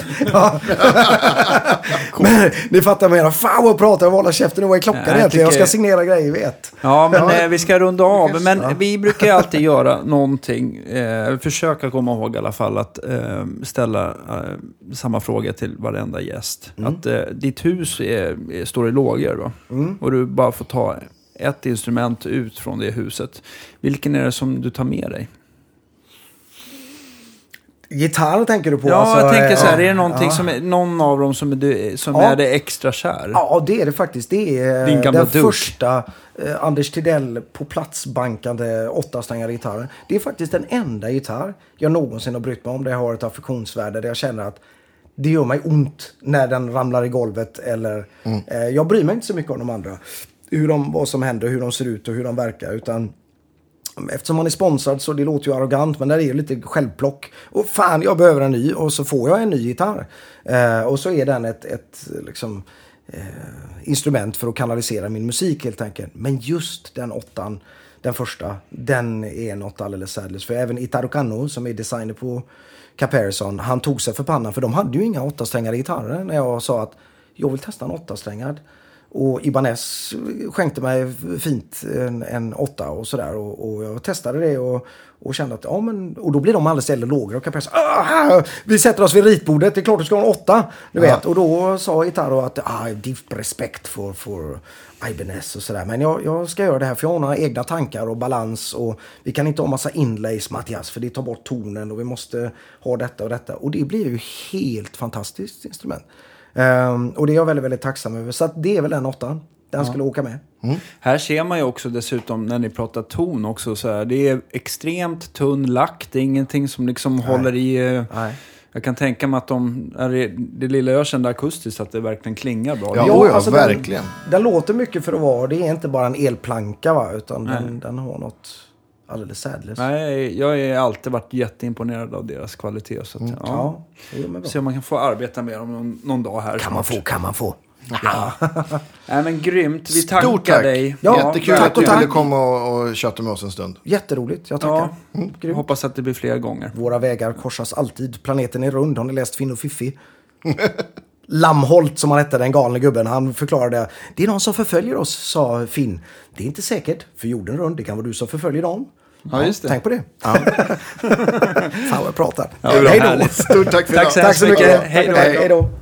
Men ni fattar mer. Fan vad pratar jag, hålla käften, nu var i klockan ja, egentligen. Jag ska signera grejer, vet. Ja, men ja. Eh, vi ska runda av. Men ja. vi brukar alltid göra någonting. Eh, försöka komma ihåg i alla fall att eh, ställa eh, samma fråga till varenda gäst. Mm. Att eh, ditt hus är, är, står i lågor, va? Mm. Och du bara får ta ett instrument ut från det huset. Vilken är det som du tar med dig? Gitarr tänker du på? Ja, alltså, jag tänker så här, ja, är det någonting ja. som är, någon av dem som är, som ja. är det extra kär? Ja, det är det faktiskt. Det är Din gamla den duk. första eh, Anders Tidell på plats bankande åttasträngade gitarren. Det är faktiskt den enda gitarr jag någonsin har brytt mig om. Det har ett affektionsvärde där jag känner att det gör mig ont när den ramlar i golvet. Eller, mm. eh, jag bryr mig inte så mycket om de andra. Hur de, vad som händer, hur de ser ut och hur de verkar, utan eftersom man är sponsrad så det låter ju arrogant, men där är ju lite självplock. Och fan, jag behöver en ny, och så får jag en ny gitarr. Eh, och så är den ett, ett liksom, eh, instrument för att kanalisera min musik helt enkelt. Men just den åttan, den första, den är något alldeles särskilt. För även Itaro Kanno, som är designer på Caparison, han tog sig för pannan, för de hade ju inga åttasträngade gitarrer när jag sa att jag vill testa en åttasträngad. Och Ibanez skänkte mig fint en, en åtta och sådär. Och, och jag testade det och, och kände att, ja men, och då blir de alldeles eller lågre. Och Caparison, ah, vi sätter oss vid ritbordet, det är klart du ska ha en åtta. Du ja. vet. Och då sa Itaro att, ah, deep respect för, för Ibanez och sådär. Men jag, jag ska göra det här för jag har några egna tankar och balans. Och vi kan inte ha massa inlays, Mattias, för det tar bort tonen. Och vi måste ha detta och detta. Och det blir ju helt fantastiskt instrument. Um, och det är jag väldigt, väldigt tacksam över. Så att det är väl den åttan. Den ja. skulle åka med. Mm. Här ser man ju också dessutom när ni pratar ton också så här. Det är extremt tunn lack. Det är ingenting som liksom Nej. håller i... Uh, Nej. Jag kan tänka mig att de, det, det lilla jag kände akustiskt att det verkligen klingar bra. Ja, ja, ja alltså verkligen. Den, den låter mycket för att vara. Det är inte bara en elplanka, va, utan den, den har något alldeles särdeles. Nej, jag har alltid varit jätteimponerad av deras kvalitet. Så att, mm. ja. Ja, se om man kan få arbeta med dem någon, någon dag här. Kan snart. man få, kan man få. Ja. Nej, men grymt. Vi tackar Stort tack. dig. Ja, jättekul tack att du ville komma och, och köta med oss en stund. Jätteroligt, jag tackar. Ja. Mm. Hoppas att det blir fler gånger. Våra vägar korsas alltid. Planeten är rund. Har ni läst Finn och Fiffi? Lamholt som han hette, den galne gubben, han förklarade det är någon som förföljer oss, sa Finn. Det är inte säkert, för jorden runt, det kan vara du som förföljer dem. Ja, just det. Tänk på det. Ja. Fan vad jag pratar. Ja, Hej då. Stort tack för Tack idag. så Tack så mycket. mycket. Hej då. Hej då.